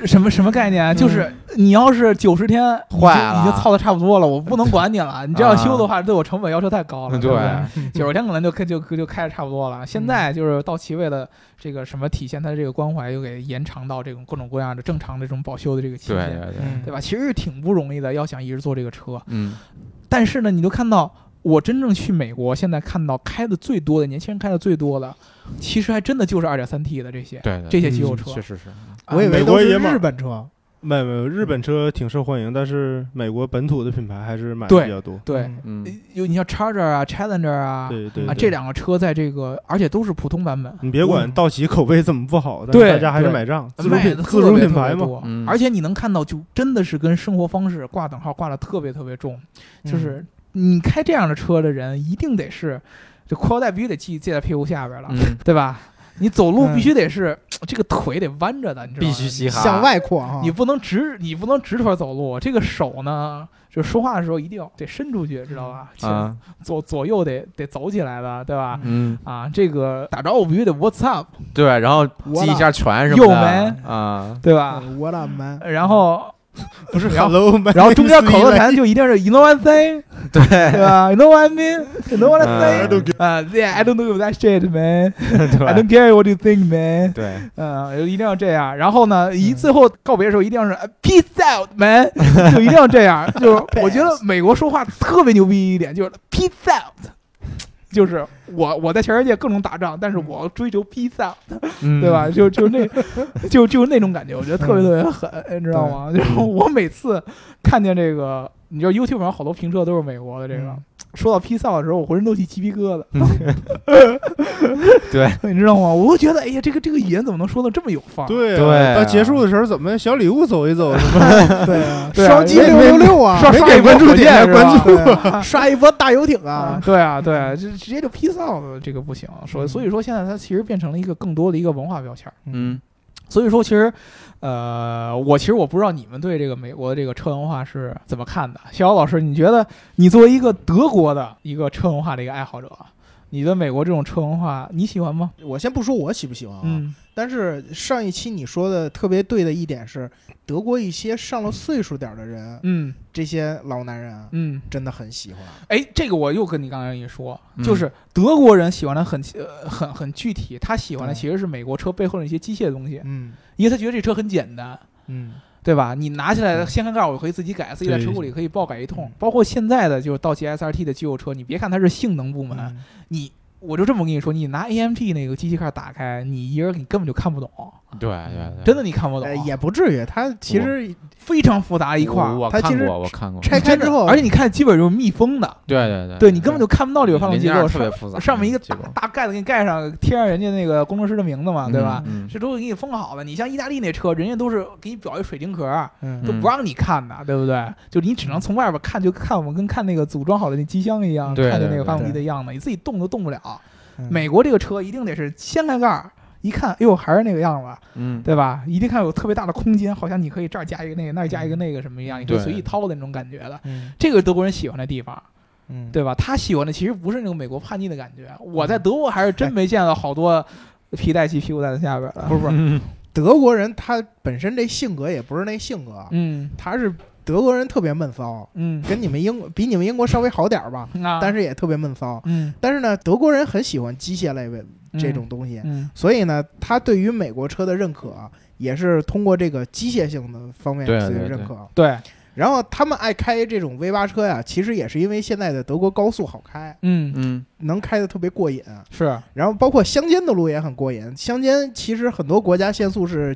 什么概念？就是你要是90天坏了， 已经操的差不多了，我不能管你了。你这样修的话，对我成本要求太高了。对，90天可能就开的差不多了。现在就是道奇为了这个什么体现它的这个关怀，又给延长到这种各种各样的正常的这种保修的这个期限，对吧？其实是挺不容易的，要想一直做这个车。但是呢，你就看到我真正去美国，现在看到开的最多的年轻人开的最多的，其实还真的就是 2.3T 的这些肌肉车。 确实是。 我以为都是日本车。 没有，日本车挺受欢迎，但是美国本土的品牌还是买的比较多。 对，你像 Charger 啊、Challenger 啊， 对， 这两个车在这个，而且都是普通版本。 你别管道奇口碑怎么不好，但是大家还是买账，自主品牌嘛。 而且你能看到，就真的是跟生活方式挂等号，挂的特别特别重。就是你开这样的车的人，一定得是这裤腰带必须得系在屁股下边了，对吧？你走路必须得是这个腿得弯着的，你知道吗？ 必须嘻哈， 向外扩啊！ 你不能直腿走路。这个手呢，就说话的时候一定要得伸出去，知道吧？左右得走起来的，对吧？这个打招呼必须得 What's up， 对，然后系一下拳什么的， 右门对吧 ？What up man？ 然后。不是 ，Hello man， 然后中间口头禅就一定是 You know what I'm saying， 对吧 ？You know what I mean？You know what I'm saying？Yeah， I don't know that shit man。I don't care what you think man。 对， 一定要这样。然后呢，最后告别的时候一定要是 Peace out man， 就一定要这样。就是我觉得美国说话特别牛逼一点，就是 Peace out。就是我在全世界各种打仗，但是我追求 peace out， 对吧？就是那种感觉，我觉得特别特别狠，你知道吗？就是我每次看见这个，你知道 YouTube 上好多评测都是美国的这个。说到 peace out 的时候，我浑身都起鸡皮疙瘩。 对， 你知道吗？我就觉得，哎呀，这个语言怎么能说的这么有范儿？ 对，到结束的时候怎么小礼物走一走？ 对啊，双击666啊， 刷一波关注点，关注， 刷一波大游艇啊！ 对啊，对，直接就 peace out， 这个不行。所以说现在它其实变成了一个更多的一个文化标签。所以说其实。我不知道你们对这个美国的这个车文化是怎么看的。逍遥老师，你觉得你作为一个德国的一个车文化的一个爱好者，你的美国这种车文化你喜欢吗？ 我先不说我喜不喜欢啊，但是上一期你说的特别对的一点是，德国一些上了岁数点的人，这些老男人，真的很喜欢。 哎，这个我又跟你刚刚一说，就是德国人喜欢的很具体，他喜欢的其实是美国车背后的一些机械的东西，因为他觉得这车很简单，对吧？你拿起来掀开盖，我可以自己改，自己在车库里可以爆改一通。包括现在的就是道奇 SRT 的肌肉车，你别看它是性能部门，我就这么跟你说，你拿 AMG 那个机器盖打开，你一人你根本就看不懂。 对， 真的你看不懂。 也不至于，它其实非常复杂一块儿。 我看过，我看过。 拆开之后， 而且你看基本就是密封的。 对， 你根本就看不到里边发动机构， 特别复杂， 上面一个大盖子给你盖上，贴上人家那个工程师的名字嘛，对吧？这都给你封好了。你像意大利那车，人家都是给你裱一水晶壳，都不让你看的，对不对？就你只能从外边看，就看我们跟看那个组装好的那机箱一样，看见那个发动机的样子，你自己动都动不了。美国这个车一定得是掀开盖一看，哎呦，还是那个样子，对吧？一定看有特别大的空间，好像你可以这儿加一个那个，那儿加一个那个什么一样，你可以随意掏的那种感觉的。这个德国人喜欢的地方，对吧？他喜欢的其实不是那种美国叛逆的感觉。我在德国还是真没见到好多皮带系屁股在下边的， 不是，德国人他本身这性格也不是那性格，他是。德国人特别闷骚，跟你们比你们英国稍微好点吧，但是也特别闷骚，但是呢，德国人很喜欢机械类这种东西，所以呢，他对于美国车的认可也是通过这个机械性的方面去认可， 对。 然后他们爱开这种 V8 车呀，其实也是因为现在的德国高速好开，能开得特别过瘾， 是。 然后包括乡间的路也很过瘾，乡间其实很多国家限速是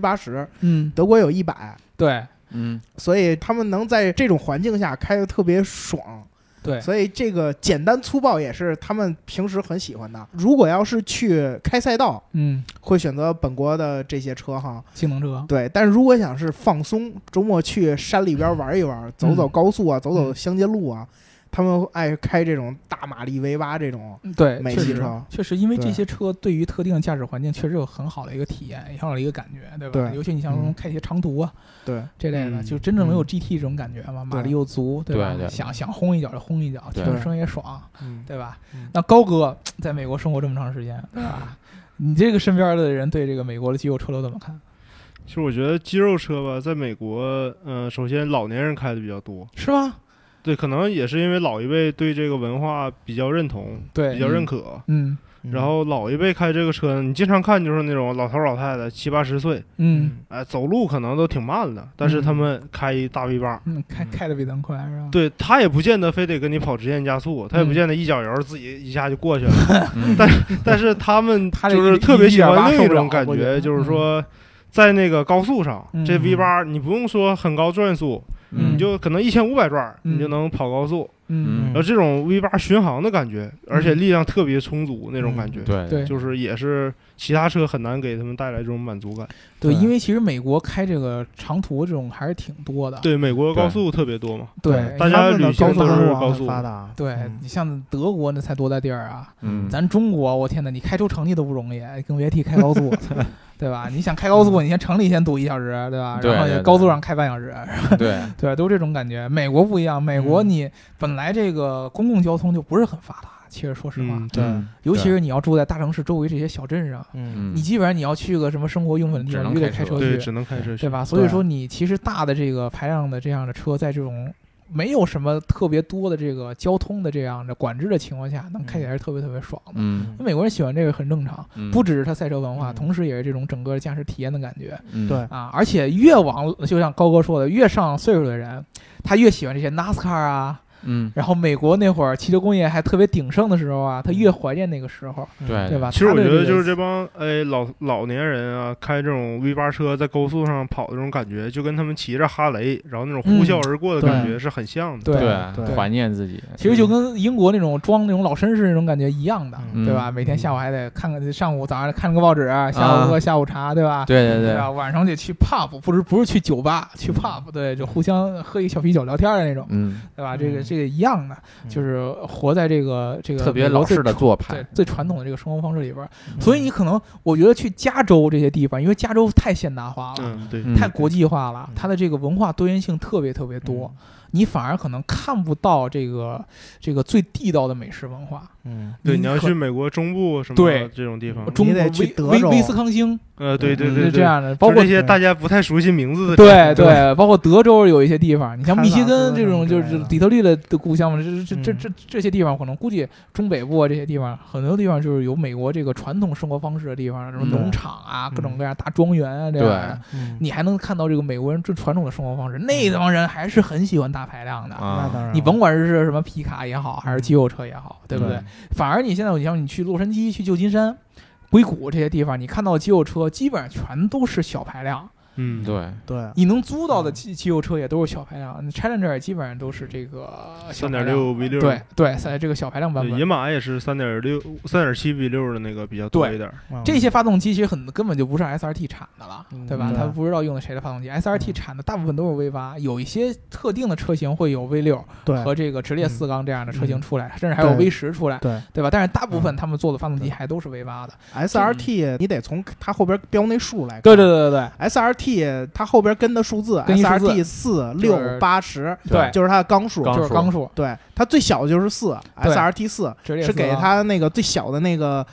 70、80，德国有100， 对。 所以他们能在这种环境下开得特别爽， 对， 所以这个简单粗暴也是他们平时很喜欢的。如果要是去开赛道，会选择本国的这些车哈， 性能车。 对，但是如果想是放松，周末去山里边玩一玩，走走高速啊，走走乡间路啊。他们爱开这种大马力 V8 这种美系车， 确实，因为这些车对于特定的驾驶环境确实有很好的一个体验，很好的一个感觉，对吧？ 对， 尤其你像说开一些长途啊， 对这类的，就真正能有 GT 这种感觉嘛，马力又足，对吧？想轰一脚就轰一脚，听声也爽，对吧？那高哥在美国生活这么长时间，对吧？你这个身边的人对这个美国的肌肉车都怎么看？ 其实我觉得肌肉车吧，在美国，首先老年人开的比较多， 是吧？ 对，可能也是因为老一辈对这个文化比较认同， 对， 比较认可，然后老一辈开这个车，你经常看就是那种老头老太太70、80岁，走路可能都挺慢的，但是他们开一大 V8， 开的比咱快是吧？ 对，他也不见得非得跟你跑直线加速，他也不见得一脚油自己一下就过去了，但是他们就是特别喜欢另一种感觉，就是说在那个高速上，这 V8你不用说很高转速。你就可能1500转，你就能跑高速。然后这种 V8 巡航的感觉，而且力量特别充足那种感觉， 对， 就是也是其他车很难给他们带来这种满足感。 对，因为其实美国开这个长途这种还是挺多的。 对，美国高速特别多嘛。 对， 大家旅行都是高速发达。 对，你像德国那才多大地儿啊！咱中国，我天哪，你开出成绩都不容易，更别提开高速。对吧？你想开高速，你先城里先堵1小时，对吧？然后高速上开半小时，对，都是这种感觉。美国不一样，美国你本来这个公共交通就不是很发达，其实说实话， 对， 尤其是你要住在大城市周围这些小镇上，你基本上你要去个什么生活用品的地方，你得开车去， 对，只能开车去， 对吧？所以说你其实大的这个排量的这样的车，在这种没有什么特别多的这个交通的这样的管制的情况下，能开起来是特别特别爽的。美国人喜欢这个很正常，不只是他赛车文化，同时也是这种整个驾驶体验的感觉。 对啊，而且越往就像高哥说的，越上岁数的人，他越喜欢这些 NASCAR 啊。然后美国那会儿汽车工业还特别鼎盛的时候啊，他越怀念那个时候，对吧？ 其实我觉得就是这帮老年人啊，开这种 V8 车在高速上跑的这种感觉，就跟他们骑着哈雷，然后那种呼啸而过的感觉是很像的。 对，怀念自己。 其实就跟英国那种装那种老绅士那种感觉一样的，对吧？每天下午还得看个上午早上看个报纸，下午喝下午茶，对吧？ 对吧？晚上得去 pub， 不是去酒吧，去 pub， 对，就互相喝一小啤酒聊天的那种，对吧？这个一样的，就是活在这个特别老式的做派， 对，最传统的这个生活方式里边。所以你可能我觉得去加州这些地方，因为加州太现代化了，太国际化了，它的这个文化多元性特别特别多。你反而可能看不到这个最地道的美食文化。 对，你要去美国中部什么这种地方， 你得去德州、 威斯康星， 对， 这样的，包括这些大家不太熟悉名字的， 对，包括德州有一些地方，你像密歇根这种就是底特律的故乡嘛，这些地方可能估计中北部这些地方很多地方就是有美国这个传统生活方式的地方，什么农场啊，各种各样大庄园啊这样的，你还能看到这个美国人最传统的生活方式，那帮人还是很喜欢大排量的，你甭管是什么皮卡也好，还是肌肉车也好，对不对？反而你现在你去洛杉矶、去旧金山、硅谷这些地方，你看到的肌肉车基本上全都是小排量。 对， 你能租到的肌肉车也都是小排量 ，Challenger 基本上都是这个 3.6 V6， 对，在这个小排量版本， 野马也是3.7 V6的那个比较多一点。 这些发动机其实根本就不是 SRT 产的了，对吧？他不知道用的谁的发动机 ，SRT 产的大部分都是 V8，有一些特定的车型会有 V6和这个直列4缸这样的车型出来，甚至还有 V10出来，对吧？但是大部分他们做的发动机还都是 V8 的。 SRT 你得从它后边标那数来看， 对 SRT 它后边跟的数字 SRT 4、6、8、10，对，就是它的缸数，对，它最小的就是4 ，SRT 4是给它那个最小的那个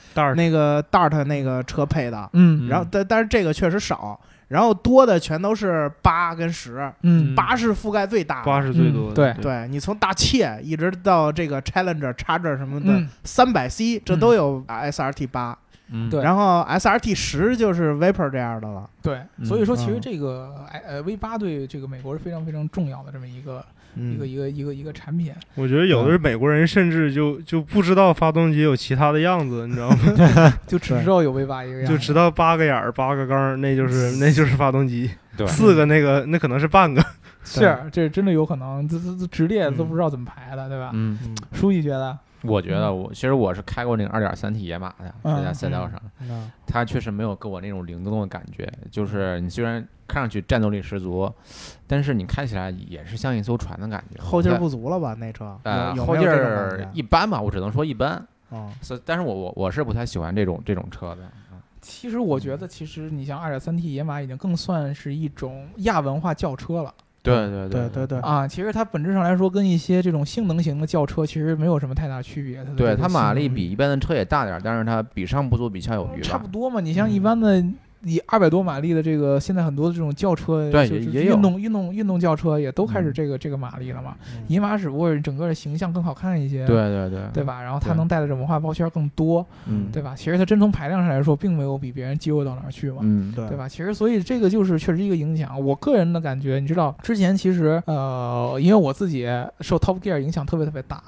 Dart 那个车配的，然后但是这个确实少，然后多的全都是8跟10，8是覆盖最大的 ，8是最多的， 对，你从大切一直到这个 Challenger、Charger 什么的300C，这都有 SRT 8。对，然后 SRT 10就是 Vapor 这样的了。 对，所以说其实这个V8对这个美国是非常非常重要的这么一个产品。 我觉得有的美国人甚至就不知道发动机有其他的样子，你知道吗？ 就只知道有 V8一个样子， 就知道8个眼儿、8个缸，那就是发动机。对，4个那可能是半个。 是，这真的有可能，这直列都不知道怎么排的，对吧？书记觉得。 我觉得其实我是开过那个 2.3T 野马的，在赛道上，它确实没有给我那种灵动的感觉。就是你虽然看上去战斗力十足，但是你开起来也是像一艘船的感觉。 后劲不足了吧？那车后劲一般吧，我只能说一般。但是我是不太喜欢这种车的。 其实我觉得，其实你像 2.3T 野马已经更算是一种亚文化轿车了。 对啊，其实它本质上来说，跟一些这种性能型的轿车其实没有什么太大区别。 对，它马力比一般的车也大点，但是它比上不足，比下有余。 差不多嘛，你像一般的以200多马力的这个，现在很多的这种轿车， 对， 也有运动轿车也都开始这个马力了嘛。野马只不过整个的形象更好看一些，对吧？然后它能带的这文化包圈更多，对吧？其实它真从排量上来说，并没有比别人肌肉到哪儿去嘛，对吧？其实所以这个就是确实一个影响。我个人的感觉，你知道，之前其实因为我自己受 Top Gear 影响特别特别大，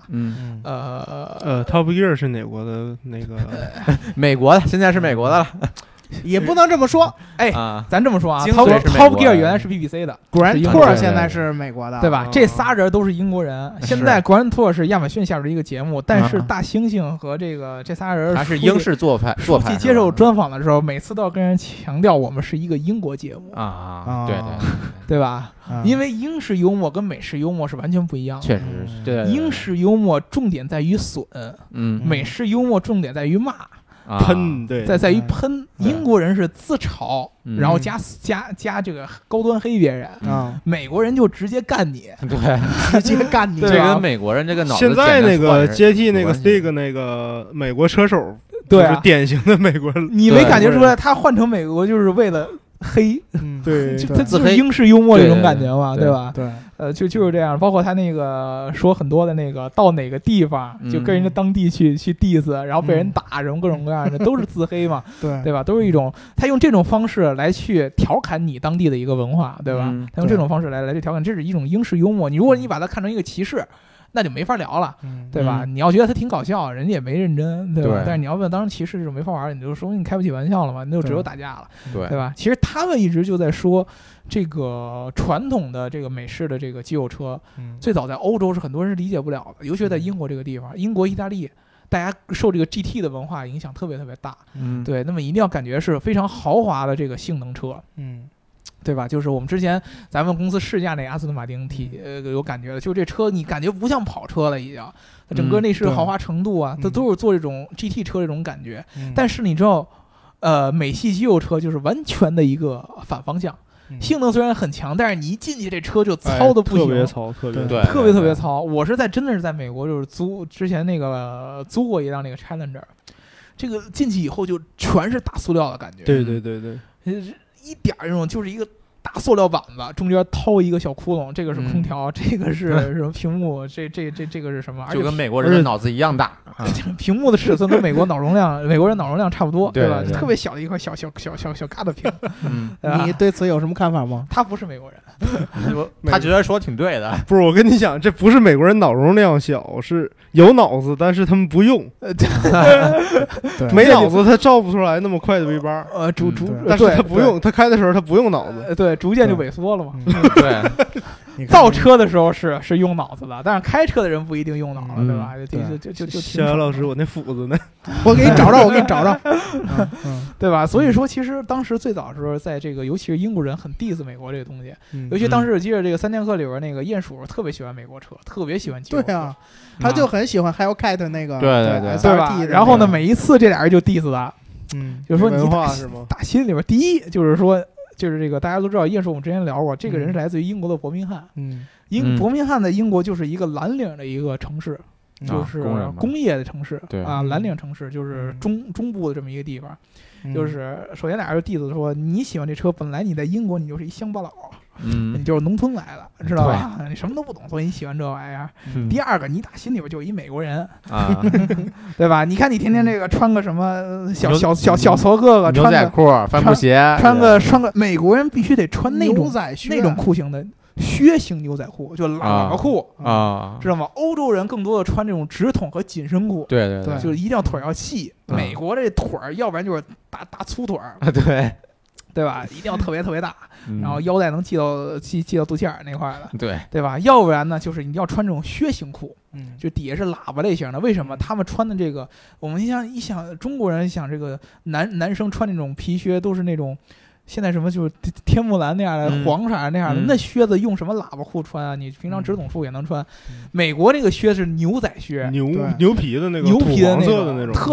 Top Gear 是哪国的那个？ 美国的，现在是美国的了。 也不能这么说， 咱这么说啊 ，Top Gear 原来是 BBC 的 ，Grand Tour 现在是美国的， 对吧？这仨人都是英国人。现在 Grand Tour 是亚马逊下属的一个节目，但是大猩猩和这仨人他是英式做派。 去接受专访的时候，每次都要跟人强调我们是一个英国节目对吧？因为英式幽默跟美式幽默是完全不一样的， 确实，对， 英式幽默重点在于损，美式幽默重点在于骂。 喷，对， 在于喷。英国人是自嘲，然后加这个高端黑别人，美国人就直接干你， 对， 直接干你。 这跟美国人这个脑子现在那个接替那个 Stig 那个美国车手， 对， 是典型的美国人。 你没感觉出来他换成美国就是为了黑？ 对， 他就是英式幽默这种感觉嘛，对吧？ 对。 就是这样，包括他那个说很多的那个到哪个地方就跟人家当地去 diss， 然后被人打什么各种各样的，都是自黑嘛，对吧？都是一种他用这种方式来去调侃你当地的一个文化，对吧？他用这种方式来去调侃，这是一种英式幽默。如果你把它看成一个歧视，那就没法聊了，对吧？你要觉得他挺搞笑，人家也没认真，对吧？但是你要问当成歧视这种没法玩，你就说你开不起玩笑了嘛，你就只有打架了，对吧？其实他们一直就在说。这个传统的这个美式的这个肌肉车，最早在欧洲是很多人是理解不了的，尤其是在英国这个地方，英国、意大利，大家受这个 GT 的文化影响特别特别大，对，那么一定要感觉是非常豪华的这个性能车，对吧？就是我们之前咱们公司试驾那阿斯顿马丁有感觉的，就这车你感觉不像跑车了，已经，它整个内饰豪华程度啊，它都是做这种 GT 车这种感觉，但是你知道，美系肌肉车就是完全的一个反方向。性能虽然很强，但是你一进去这车就糙的不行， 特别糙， 特别糙。我是真的是在美国就是之前那个租过一辆那个 Challenger， 这个进去以后就全是大塑料的感觉， 对， 一点这种就是一个大塑料板子，中间掏一个小窟窿，这个是空调，这个是什么屏幕，这个是什么？ 就跟美国人的脑子一样大， 屏幕的尺寸跟美国人脑容量差不多，对吧？特别小的一块小疙瘩屏。 你对此有什么看法吗？ 他不是美国人， 他觉得说挺对的。 不是，我跟你讲，这不是美国人脑容量小，是有脑子，但是他们不用。没脑子他造不出来那么快的 V8。但是他不用，他开的时候他不用脑子。 对，逐渐就萎缩了嘛。 对， 造车的时候是用脑子的，但是开车的人不一定用脑了，对吧？就小杨老师，我那斧子呢？ 我给你找找， 对吧？所以说，其实当时最早的时候，在这个尤其是英国人很 diss 美国这个东西，尤其当时我记得这个3剑客里边那个鼹鼠特别喜欢美国车，特别喜欢肌肉车。 对啊，他就很喜欢 Hellcat 那个对吧？然后呢，每一次这俩人就 diss 他，就是说你打心里边，第一就是说。就是这个，大家都知道，鼹鼠我们之前聊过，这个人是来自于英国的伯明翰。伯明翰在英国就是一个蓝领的一个城市，就是工业的城市，蓝领城市，就是中部的这么一个地方。就是首先俩人弟子说，你喜欢这车，本来你在英国你就是一乡巴佬，你就是农村来的，知道吧？你什么都不懂，所以你喜欢这玩意儿。第二个，你打心里边就是一美国人对吧？你看你天天这个穿个什么小矬哥哥， 牛仔裤、帆布鞋， 穿个美国人必须得穿那种裤型的。靴型牛仔裤就喇叭裤知道吗？欧洲人更多的穿这种直筒和紧身裤， 对， 就一定要腿要细。美国这腿儿，要不然就是大粗腿儿，对吧？一定要特别特别大，然后腰带能系到肚脐眼那块的，对吧？要不然呢，就是你要穿这种靴型裤，就底下是喇叭类型的。为什么他们穿的这个？我们一想中国人想这个男生穿那种皮靴都是那种。现在什么就是天幕蓝那样的黄色那样的，那靴子用什么喇叭裤穿啊？你平常直筒裤也能穿。美国这个靴是牛仔靴， 牛皮的那个， 牛皮的那种， 特别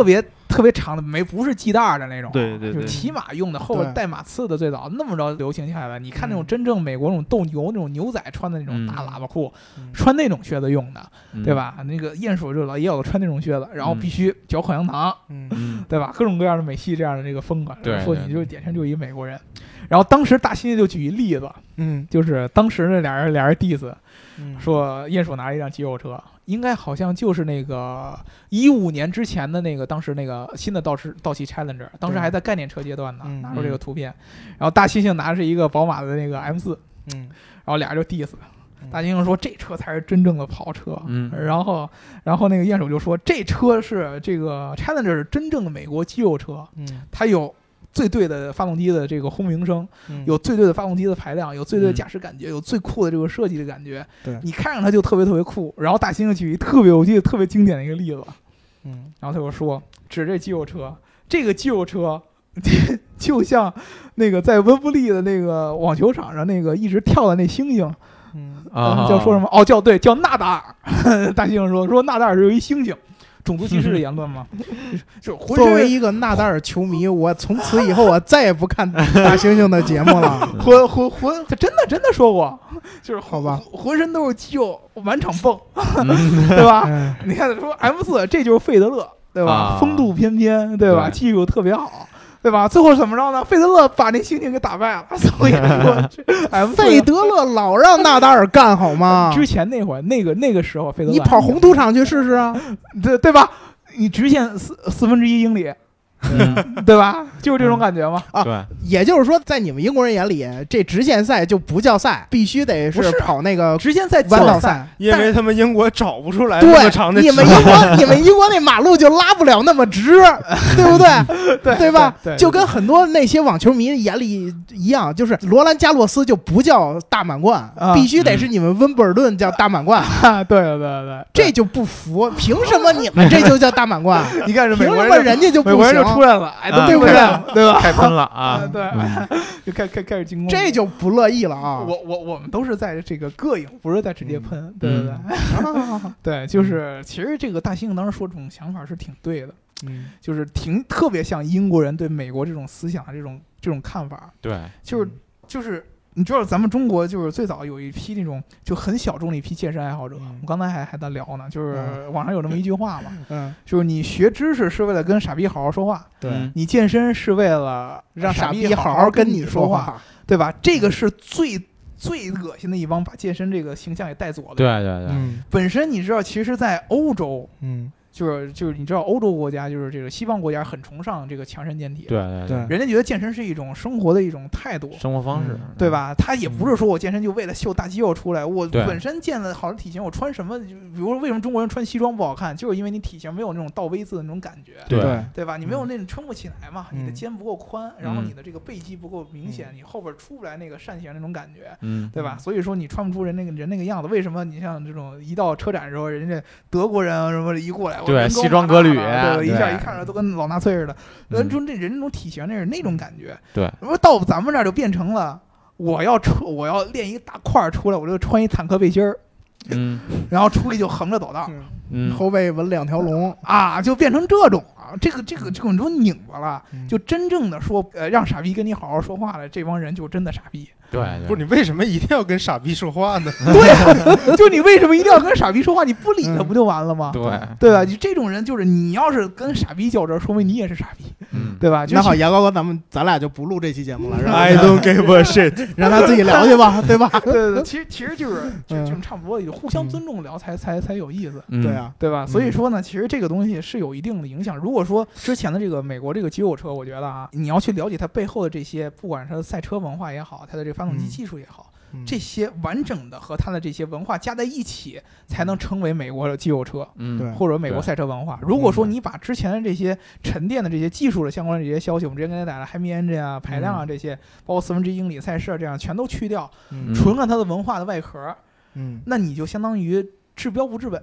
特别长的，不是系带的那种， 对， 就是骑马用的，后边带马刺的，最早那么着流行下来的。你看那种真正美国那种斗牛那种牛仔穿的那种大喇叭裤，穿那种靴子用的，对吧？那个鼹鼠就也有穿那种靴子，然后必须嚼口香糖，对吧？各种各样的美系这样的这个风格，说你就典型就一美国人。然后当时大猩猩就举一例子，就是当时那俩人 diss，说鼹鼠拿了一辆肌肉车。应该好像就是那个15年之前的那个，当时那个新的道奇 Challenger， 当时还在概念车阶段呢，拿出这个图片，然后大猩猩拿的是一个宝马的那个 M4，然后俩人就 diss，大猩猩说这车才是真正的跑车，然后那个鼹鼠就说这车是这个 Challenger 是真正的美国肌肉车，它有最对的发动机的这个轰鸣声，有最对的发动机的排量，有最对的驾驶感觉，有最酷的这个设计的感觉。 对， 你看上它就特别特别酷。然后大猩猩举我记得特别经典的一个例子，然后他就说，指这肌肉车，这个肌肉车就像那个在温布利的那个网球场上那个一直跳的那猩猩，叫说什么？叫纳达尔。大猩猩说纳达尔是有一猩猩。种族歧视的言论吗？ 作为一个纳达尔球迷，我从此以后我再也不看大猩猩的节目了。 他真的说过，就是好吧， 浑身都是肌肉，满场蹦，对吧？你看说 M4，这就是费德勒，对吧？风度翩翩，对吧？技术特别好。对吧？最后怎么着呢？费德勒把那猩猩给打败了，所以说， 费德勒老让纳达尔干好吗？ 之前那会儿，那个时候，费德勒你跑红土场去试试啊， 对吧？你直线1/4英里。对吧？就是这种感觉吗？ 对，也就是说，在你们英国人眼里，这直线赛就不叫赛，必须得是跑那个直线赛弯道赛， 因为他们英国找不出来那么长的。 你们英国那马路就拉不了那么直，对不对？对吧？就跟很多那些网球迷眼里一样，就是罗兰加洛斯就不叫大满贯，必须得是你们温布尔顿叫大满贯。 对， 这就不服，凭什么你们这就叫大满贯？ 你看， 凭什么人家就不行？ 出来了，哎，对不对？对吧？ 开喷了啊！ 对，就开始进攻， 这就不乐意了啊！ 我们都是在这个膈应，不是在直接喷，对不对？对，就是其实这个大猩猩当时说这种想法是挺对的，就是特别像英国人对美国这种思想的这种看法。 对， 就是。你知道咱们中国就是最早有一批那种就很小众的一批健身爱好者，我刚才还在聊呢，就是网上有这么一句话嘛，就是你学知识是为了跟傻逼好好说话， 对， 你健身是为了让傻逼好好跟你说话， 对吧？这个是最恶心的一帮把健身这个形象给带左的。 对， 本身你知道，其实，在欧洲，就是你知道欧洲国家就是这个西方国家很崇尚这个强身健体， 对， 人家觉得健身是一种生活的一种态度、 生活方式， 对吧？他也不是说我健身就为了秀大肌肉出来，我本身健了好的体型，我穿什么？比如说为什么中国人穿西装不好看，就是因为你体型没有那种倒 V 字的那种感觉，对吧？你没有那种撑不起来嘛，你的肩不够宽，然后你的这个背肌不够明显，你后边出不来那个扇形那种感觉，对吧？所以说你穿不出人那个样子。为什么你像这种一到车展的时候，人家德国人什么一过来， 对，西装革履， 对，一下一看着都跟老纳粹似的。人说这人那种体型那种感觉， 对。 说到咱们这儿就变成了，我要练一个大块出来，我就穿一坦克背心儿，然后出去就横着走道， 后背纹2条龙啊，就变成这种啊，这种都拧巴了，就真正的说让傻逼跟你好好说话的这帮人就真的傻逼。 对， 不是你为什么一定要跟傻逼说话呢？ 对，就你为什么一定要跟傻逼说话？你不理他不就完了吗？对吧？就这种人，就是你要是跟傻逼较真，说明你也是傻逼，对吧？ 那好，牙膏哥，咱俩就不录这期节目了。 I don't give a shit， 让他自己聊去吧，对吧？ 对，其实就是差不多，互相尊重聊才有意思， 对啊， 对吧？所以说呢，其实这个东西是有一定的影响。如果说之前的这个美国这个肌肉车，我觉得啊，你要去了解它背后的这些，不管是它的赛车文化也好，它的这个发动机技术也好。这些完整的和它的这些文化加在一起，才能成为美国的肌肉车，或者美国赛车文化。如果说你把之前的这些沉淀的这些技术的相关的这些消息，我们之前跟大家打的 Hemi Engine 啊、排量啊这些，包括1/4英里赛事这样，全都去掉，纯看它的文化的外壳，那你就相当于治标不治本。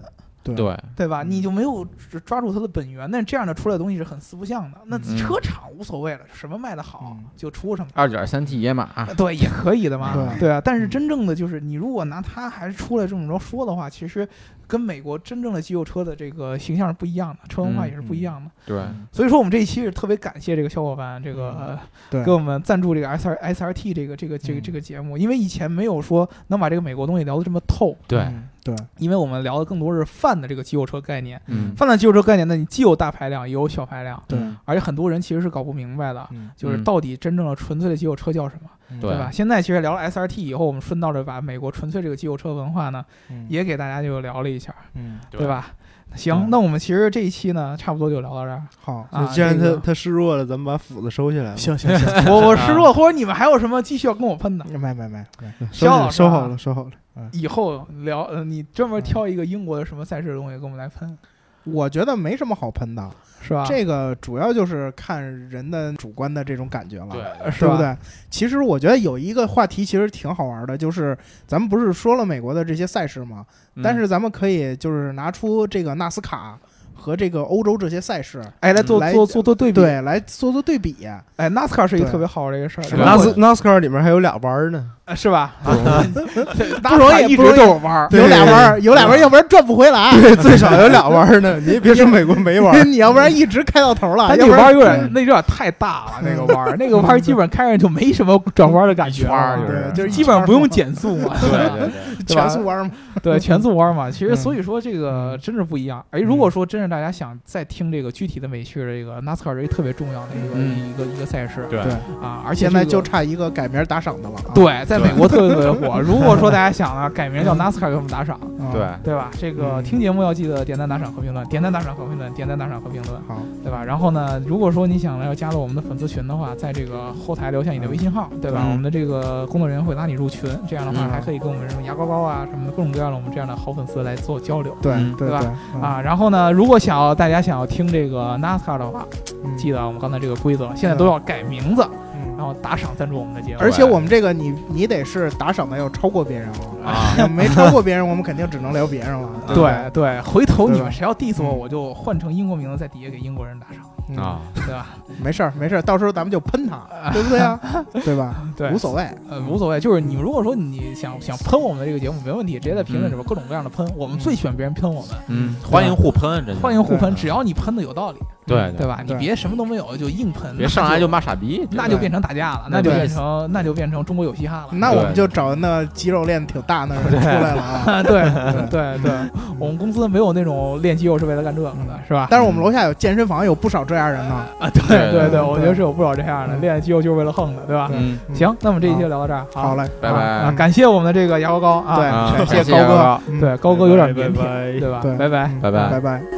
对吧？你就没有抓住它的本源，那这样的出来的东西是很四不像的。那车厂无所谓了，什么卖的好就出什么。 2.3T 野马， 对，也可以的嘛。对啊，但是真正的就是你如果拿它还出来这么着说的话，其实跟美国真正的肌肉车的这个形象是不一样的，车文化也是不一样的。 对， 所以说我们这一期是特别感谢这个小伙伴，这个给我们赞助这个 SRT 这个节目，因为以前没有说能把这个美国东西聊得这么透。 对， 因为我们聊的更多是泛的这个肌肉车概念，泛的肌肉车概念呢，你既有大排量也有小排量， 对， 而且很多人其实是搞不明白的，就是到底真正的纯粹的肌肉车叫什么，对吧？现在其实聊了 SRT 以后，我们顺道着把美国纯粹这个肌肉车文化呢，也给大家就聊了一下，对吧？行，那我们其实这一期呢，差不多就聊到这儿。 好， 既然他示弱了，咱们把斧子收起来。 行， 我示弱，或者你们还有什么继续要跟我喷的？ 没， 收好了。 以后聊，你专门挑一个英国的什么赛事的东西跟我们来喷。 我觉得没什么好喷的， 是吧？ 这个主要就是看人的主观的这种感觉了， 对不对？其实我觉得有一个话题其实挺好玩的，就是咱们不是说了美国的这些赛事吗？但是咱们可以就是拿出这个纳斯卡和这个欧洲这些赛事， 来做对比， 对，来做对比。 纳斯卡是一个特别好的一个事儿。 纳斯卡里面还有俩弯呢， 是吧？ 不容易， 一直都有弯， 有俩弯，要不然转不回来。 对，最少有俩弯呢。你别说美国没弯， 你要不然一直开到头了。 那弯有点太大了，那个弯基本上开上就没什么转弯的感觉，就是基本上不用减速嘛， 对， 全速弯嘛， 对，全速弯嘛。其实所以说这个真是不一样。如果说真是大家想再听这个具体的美式的这个纳斯卡是一个特别重要的一个赛事， 对啊，而且现在就差一个改名打赏的了。 对，在美国特别火。如果说大家想呢，改名叫纳斯卡给我们打赏，对吧？这个听节目要记得点赞打赏和评论，点赞打赏和评论，点赞打赏和评论， 好， 对吧？然后呢，如果说你想要加入我们的粉丝群的话，在这个后台留下你的微信号，对吧？我们的这个工作人员会拉你入群，这样的话还可以跟我们什么牙膏膏啊什么的各种各样的我们这样的好粉丝来做交流， 对吧？啊，然后呢，如果大家想要听这个 NASCAR 的话，记得我们刚才这个规则，现在都要改名字，然后打赏赞助我们的节目。 而且我们这个你得是打赏的要超过别人了没超过别人，我们肯定只能聊别人了。 对，回头你们谁要 diss 我就换成英国名字，在底下给英国人打赏。对吧？ 没事儿，到时候咱们就喷他，对不对啊？对吧？ 对， 无所谓， 无所谓。就是你如果说你想喷我们的这个节目，没问题，直接在评论里边各种各样的喷，我们最喜欢别人喷我们。 欢迎互喷， 欢迎互喷，只要你喷的有道理， 对吧？你别什么都没有就硬喷， 别上来就骂傻逼， 那就变成打架了，那就变成中国有嘻哈了。 那我们就找那肌肉练挺大那人出来了啊！ 对，我们公司没有那种练肌肉是为了干这个的，是吧？ 但是我们楼下有健身房，有不少这样人呢。 对，我觉得是有不少这样的，练肌肉就是为了横的，对吧？行，那我们这一期就聊到这儿， 好嘞， 拜拜。 感谢我们的这个牙膏膏啊， 对， 感谢高哥，对，高哥有点腼腆，对吧？ 对， 拜拜。 拜拜。